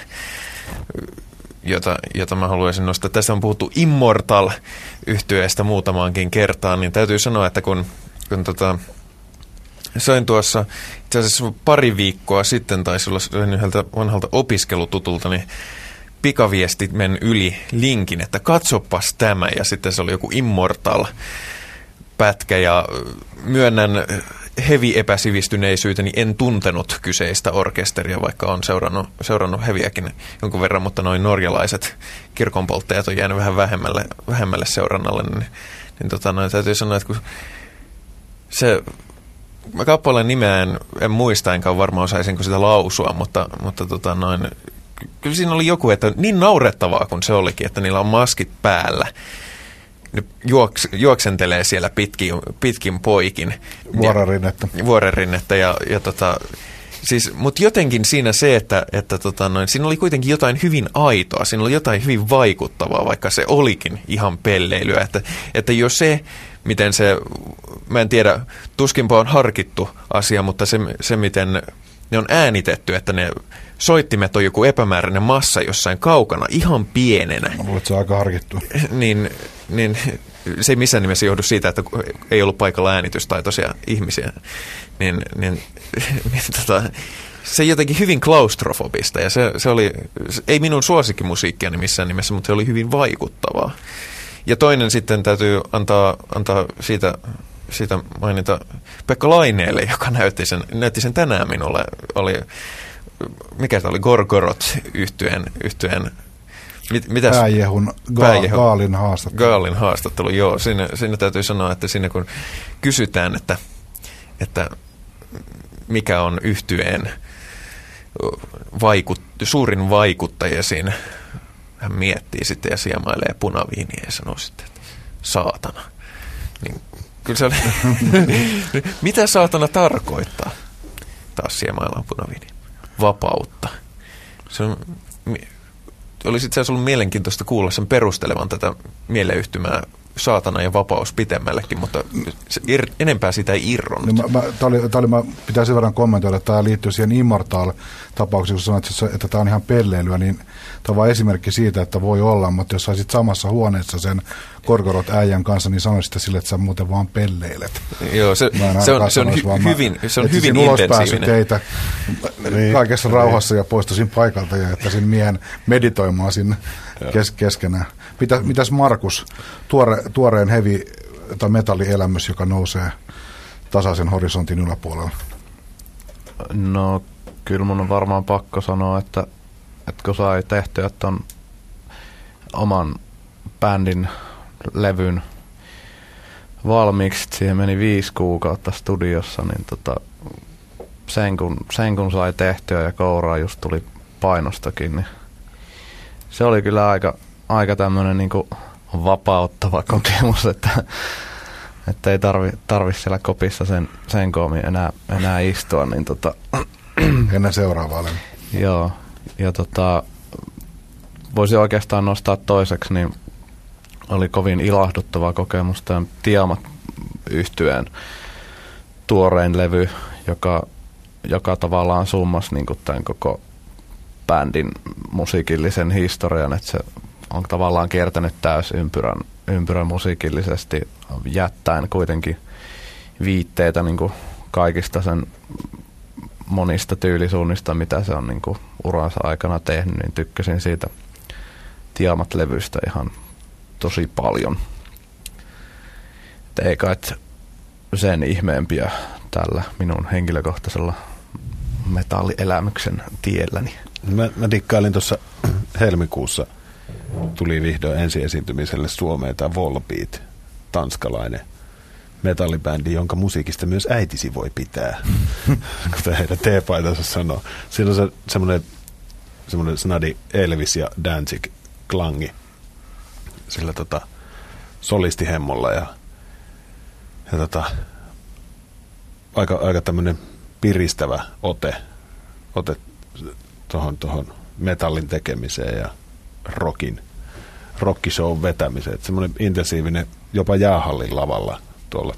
jota mä haluaisin nostaa. Tässä on puhuttu Immortal-yhtyeestä muutamaankin kertaan, niin täytyy sanoa, että kun sain tuossa itse asiassa pari viikkoa sitten, taisi olla yhdeltä vanhalta opiskelututulta, niin pikaviesti meni yli linkin, että katsopas tämä, ja sitten se oli joku Immortal-pätkä, ja myönnän heavy-epäsivistyneisyyteni, en tuntenut kyseistä orkesteria, vaikka olen seurannut heavyäkin jonkun verran, mutta noin norjalaiset kirkonpolttajat on jäänyt vähän vähemmälle seurannalle, niin täytyy sanoa, että kun mä kappaleen nimeä en muista, enkä varmaan osaisinko sitä lausua, mutta kyllä siinä oli joku, että niin naurettavaa kuin se olikin, että niillä on maskit päällä. Ne juoksentelee siellä pitkin poikin. Vuorerinnettä. Siis, mutta jotenkin siinä se, että siinä oli kuitenkin jotain hyvin aitoa, siinä oli jotain hyvin vaikuttavaa, vaikka se olikin ihan pelleilyä. Että jo se, miten se, mä en tiedä, tuskinpa on harkittu asia, mutta se miten ne on äänitetty, että ne soittimet on joku epämääräinen massa jossain kaukana, ihan pienenä. Mä luulen, että se on aika harkittu. Niin se ei missään nimessä johdu siitä, että ei ollut paikalla äänitystaitoisia ihmisiä. Se jotenkin hyvin klaustrofobista, ja se oli, ei minun suosikkimusiikkiani missään nimessä, mutta se oli hyvin vaikuttavaa. Ja toinen sitten täytyy antaa siitä mainita Pekka Laineelle, joka näytti sen tänään minulle. Mikä se oli? Gorgorot-yhtyeen Pääjehun Gaalin haastattelu. Gaalin haastattelu, joo. Siinä täytyy sanoa, että siinä kun kysytään, että mikä on yhtyeen suurin vaikuttaja siinä, hän miettii sitten ja siemailee punaviiniä ja sanoo sitten, että saatana. Niin Kyllä se oli. Mitä saatana tarkoittaa? Taas siemaillaan punaviini. Vapautta. Se on, olisi itse asiassa ollut mielenkiintoista kuulla sen perustelevan tätä mieleyhtymää saatana ja vapaus pitemmällekin, mutta enempää sitä ei irronnut. Mä pitää sen verran kommentoida, että tämä liittyy siihen Immortal-tapaukseen, kun sanoit, että tämä on ihan pelleilyä, niin tämä on vain esimerkki siitä, että voi olla, mutta jos saisit samassa huoneessa sen Gorgorot äijän kanssa, niin sanoisit sille, että sä muuten vaan pelleilet. Joo, se on hyvin intensiivinen. Teitä kaikessa rauhassa ja poistuisin paikalta ja jättäisin miehen meditoimaan sinne keskenään. Mitäs Markus, tuoreen heavy tai metallielämys, joka nousee tasaisen horisontin yläpuolella? No kyllä mun on varmaan pakko sanoa, että kun sai tehtyä ton oman bändin levyn valmiiksi, siihen meni 5 kuukautta studiossa, niin sen kun sai tehtyä ja kouraa just tuli painostakin, niin se oli kyllä aika tämmöinen niinku vapauttava kokemus, että ei tarvi siellä kopissa sen koomin enää istua. Niin ennen seuraavaa levy. Joo, ja voisi oikeastaan nostaa toiseksi, niin oli kovin ilahduttava kokemus tämän Tiamat-yhtyeen tuorein levy, joka tavallaan summasi niin kuin tämän koko bändin musiikillisen historian, että se on tavallaan kiertänyt ympyrän musiikillisesti, jättäen kuitenkin viitteitä niin kuin kaikista sen monista tyylisuunnista, mitä se on niin kuin uransa aikana tehnyt, niin tykkäsin siitä Tiamat-levystä ihan tosi paljon. Et ei kai sen ihmeempiä tällä minun henkilökohtaisella metallielämyksen tielläni. Mä dikkailin tuossa helmikuussa, tuli vihdoin ensiesiintymiselle Suomeen tämä Volbeat, tanskalainen metallibändi, jonka musiikista myös äitisi voi pitää, kuten heidän teepaitansa sanoo. Siinä on se semmoinen snadi Elvis ja Danzig klangi sillä solistihemmolla ja aika tämmöinen piristävä ote tuohon metallin tekemiseen ja rockishow vetämiseen. Että semmoinen intensiivinen jopa jäähallin lavalla tuolla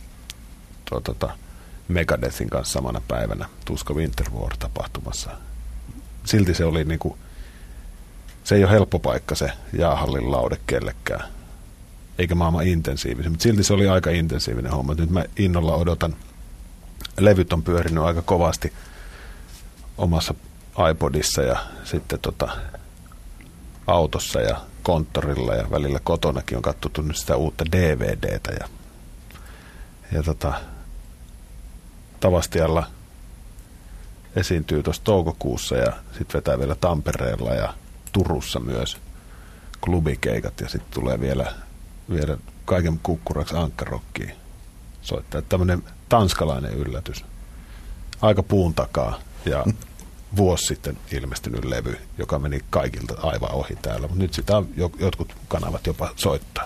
Megadethin kanssa samana päivänä Tuska Winter War -tapahtumassa. Silti se oli niinku, se ei ole helppo paikka se jäähallin laude kellekään, eikä maailman intensiivinen, mutta silti se oli aika intensiivinen homma. Nyt mä innolla odotan, levyt on pyörinyt aika kovasti omassa iPodissa ja sitten autossa ja konttorilla ja välillä kotonakin on katsottu nyt sitä uutta DVDtä ja Tavastialla esiintyy tuossa toukokuussa ja sitten vetää vielä Tampereella ja Turussa myös klubikeikat ja sitten tulee vielä kaiken kukkuraksi ankkarokkiin soittaa. Tämmöinen tanskalainen yllätys. Aika puun takaa ja vuosi sitten ilmestynyt levy, joka meni kaikilta aivan ohi täällä, mutta nyt sitä jotkut kanavat jopa soittaa.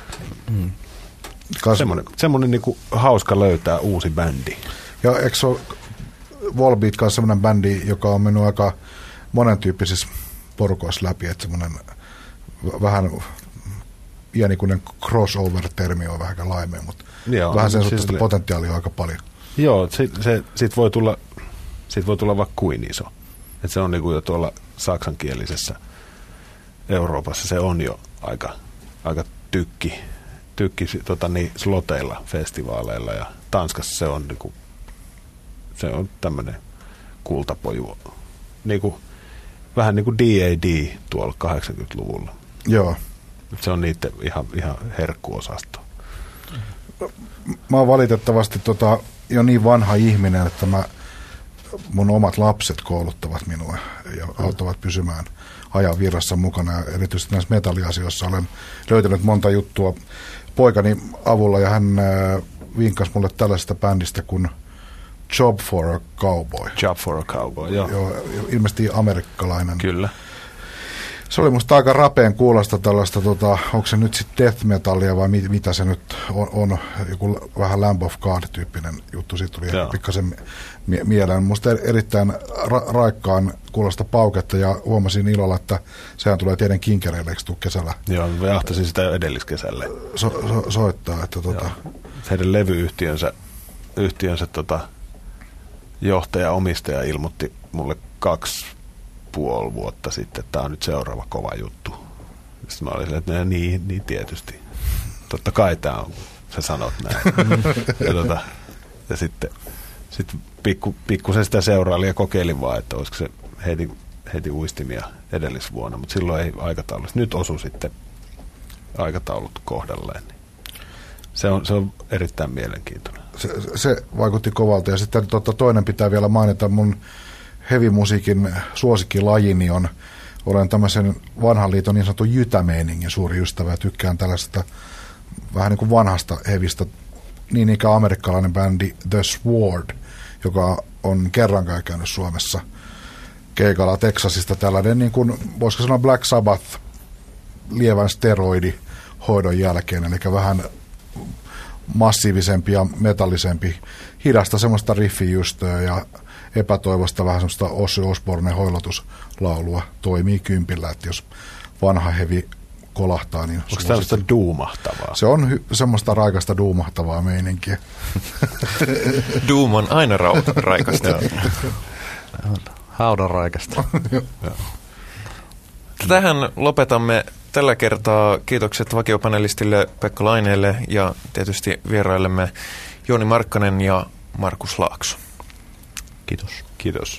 Semmoinen niinku hauska löytää uusi bändi. Ja eikö se ole Volbeat kanssa semmoinen bändi, joka on mennyt aika monentyyppisissä porukoissa läpi, että semmoinen vähän iänikuinen crossover-termi on vähän laimea, mutta joo, vähän sen suhteen potentiaalia on aika paljon. Joo, siitä voi tulla vaikka kuin iso. Että se on niinku jo tuolla saksankielisessä Euroopassa se on jo aika tykki sloteilla, festivaaleilla ja Tanskassa se on niinku, se on tämmöinen kultapoju. Niinku, vähän niin kuin D.A.D. tuolla 80-luvulla. Joo. Se on niiden ihan herkkuosasto. Mä oon valitettavasti jo niin vanha ihminen, että mun omat lapset kouluttavat minua ja auttavat pysymään ajan virrassa mukana. Ja erityisesti näissä metalliasioissa olen löytänyt monta juttua poikani avulla ja hän vinkkasi mulle tällaisesta bändistä kuin Job for a Cowboy. Job for a Cowboy, joo. Joo, ilmeisesti amerikkalainen. Kyllä. Se oli musta aika rapeen kuulosta tällaista, onko se nyt sitten death metallia vai mitä se nyt on joku vähän Lamb of God-tyyppinen juttu, siitä tuli pikkasen mieleen. Musta erittäin raikkaan kuulosta pauketta ja huomasin ilolla, että sehän tulee teidän kinkereille, eikö tuu kesällä? Joo, jahtasin sitä edelliskesälle. Soittaa, että heidän levyyhtiönsä johtaja, omistaja ilmoitti mulle 2,5 vuotta sitten, että tämä on nyt seuraava kova juttu. Sitten mä olin silleen, että niin tietysti. Totta kai tämä on, sä sanot näin. Ja sitten pikkusen sitä seuraili ja kokeilin vaan, että olisiko se heti uistimia edellisvuonna, mutta silloin ei aikataulussa. Nyt osui sitten aikataulut kohdalleen. Se on erittäin mielenkiintoinen. Se vaikutti kovalta. Ja sitten toinen pitää vielä mainita, mun heavy-musiikin suosikkilajini on, olen tämmöisen vanhan liiton niin sanotun jytämeiningin suuri ystävä ja tykkään tällaisesta vähän niin kuin vanhasta heavistä, niin ikään amerikkalainen bändi The Sword, joka on kerran käynyt Suomessa keikalla Texasista, tällainen niin kuin, voisiko sanoa Black Sabbath lievän steroidihoidon jälkeen, eli vähän massiivisempi ja metallisempi, hidasta semmoista riffijystöä ja epätoivosta vähän semmoista Ozzy Osbourne hoilotuslaulua toimii kympillä, että jos vanha hevi kolahtaa, niin onko tällaista duumahtavaa? Se on semmoista raikasta duumahtavaa meininkiä. Doom on aina raikasta. Haudan raikasta. Tähän lopetamme tällä kertaa. Kiitokset vakiopanelistille Pekka Laineelle ja tietysti vieraillemme Jouni Markkanen ja Markus Laakso. Kiitos. Kiitos.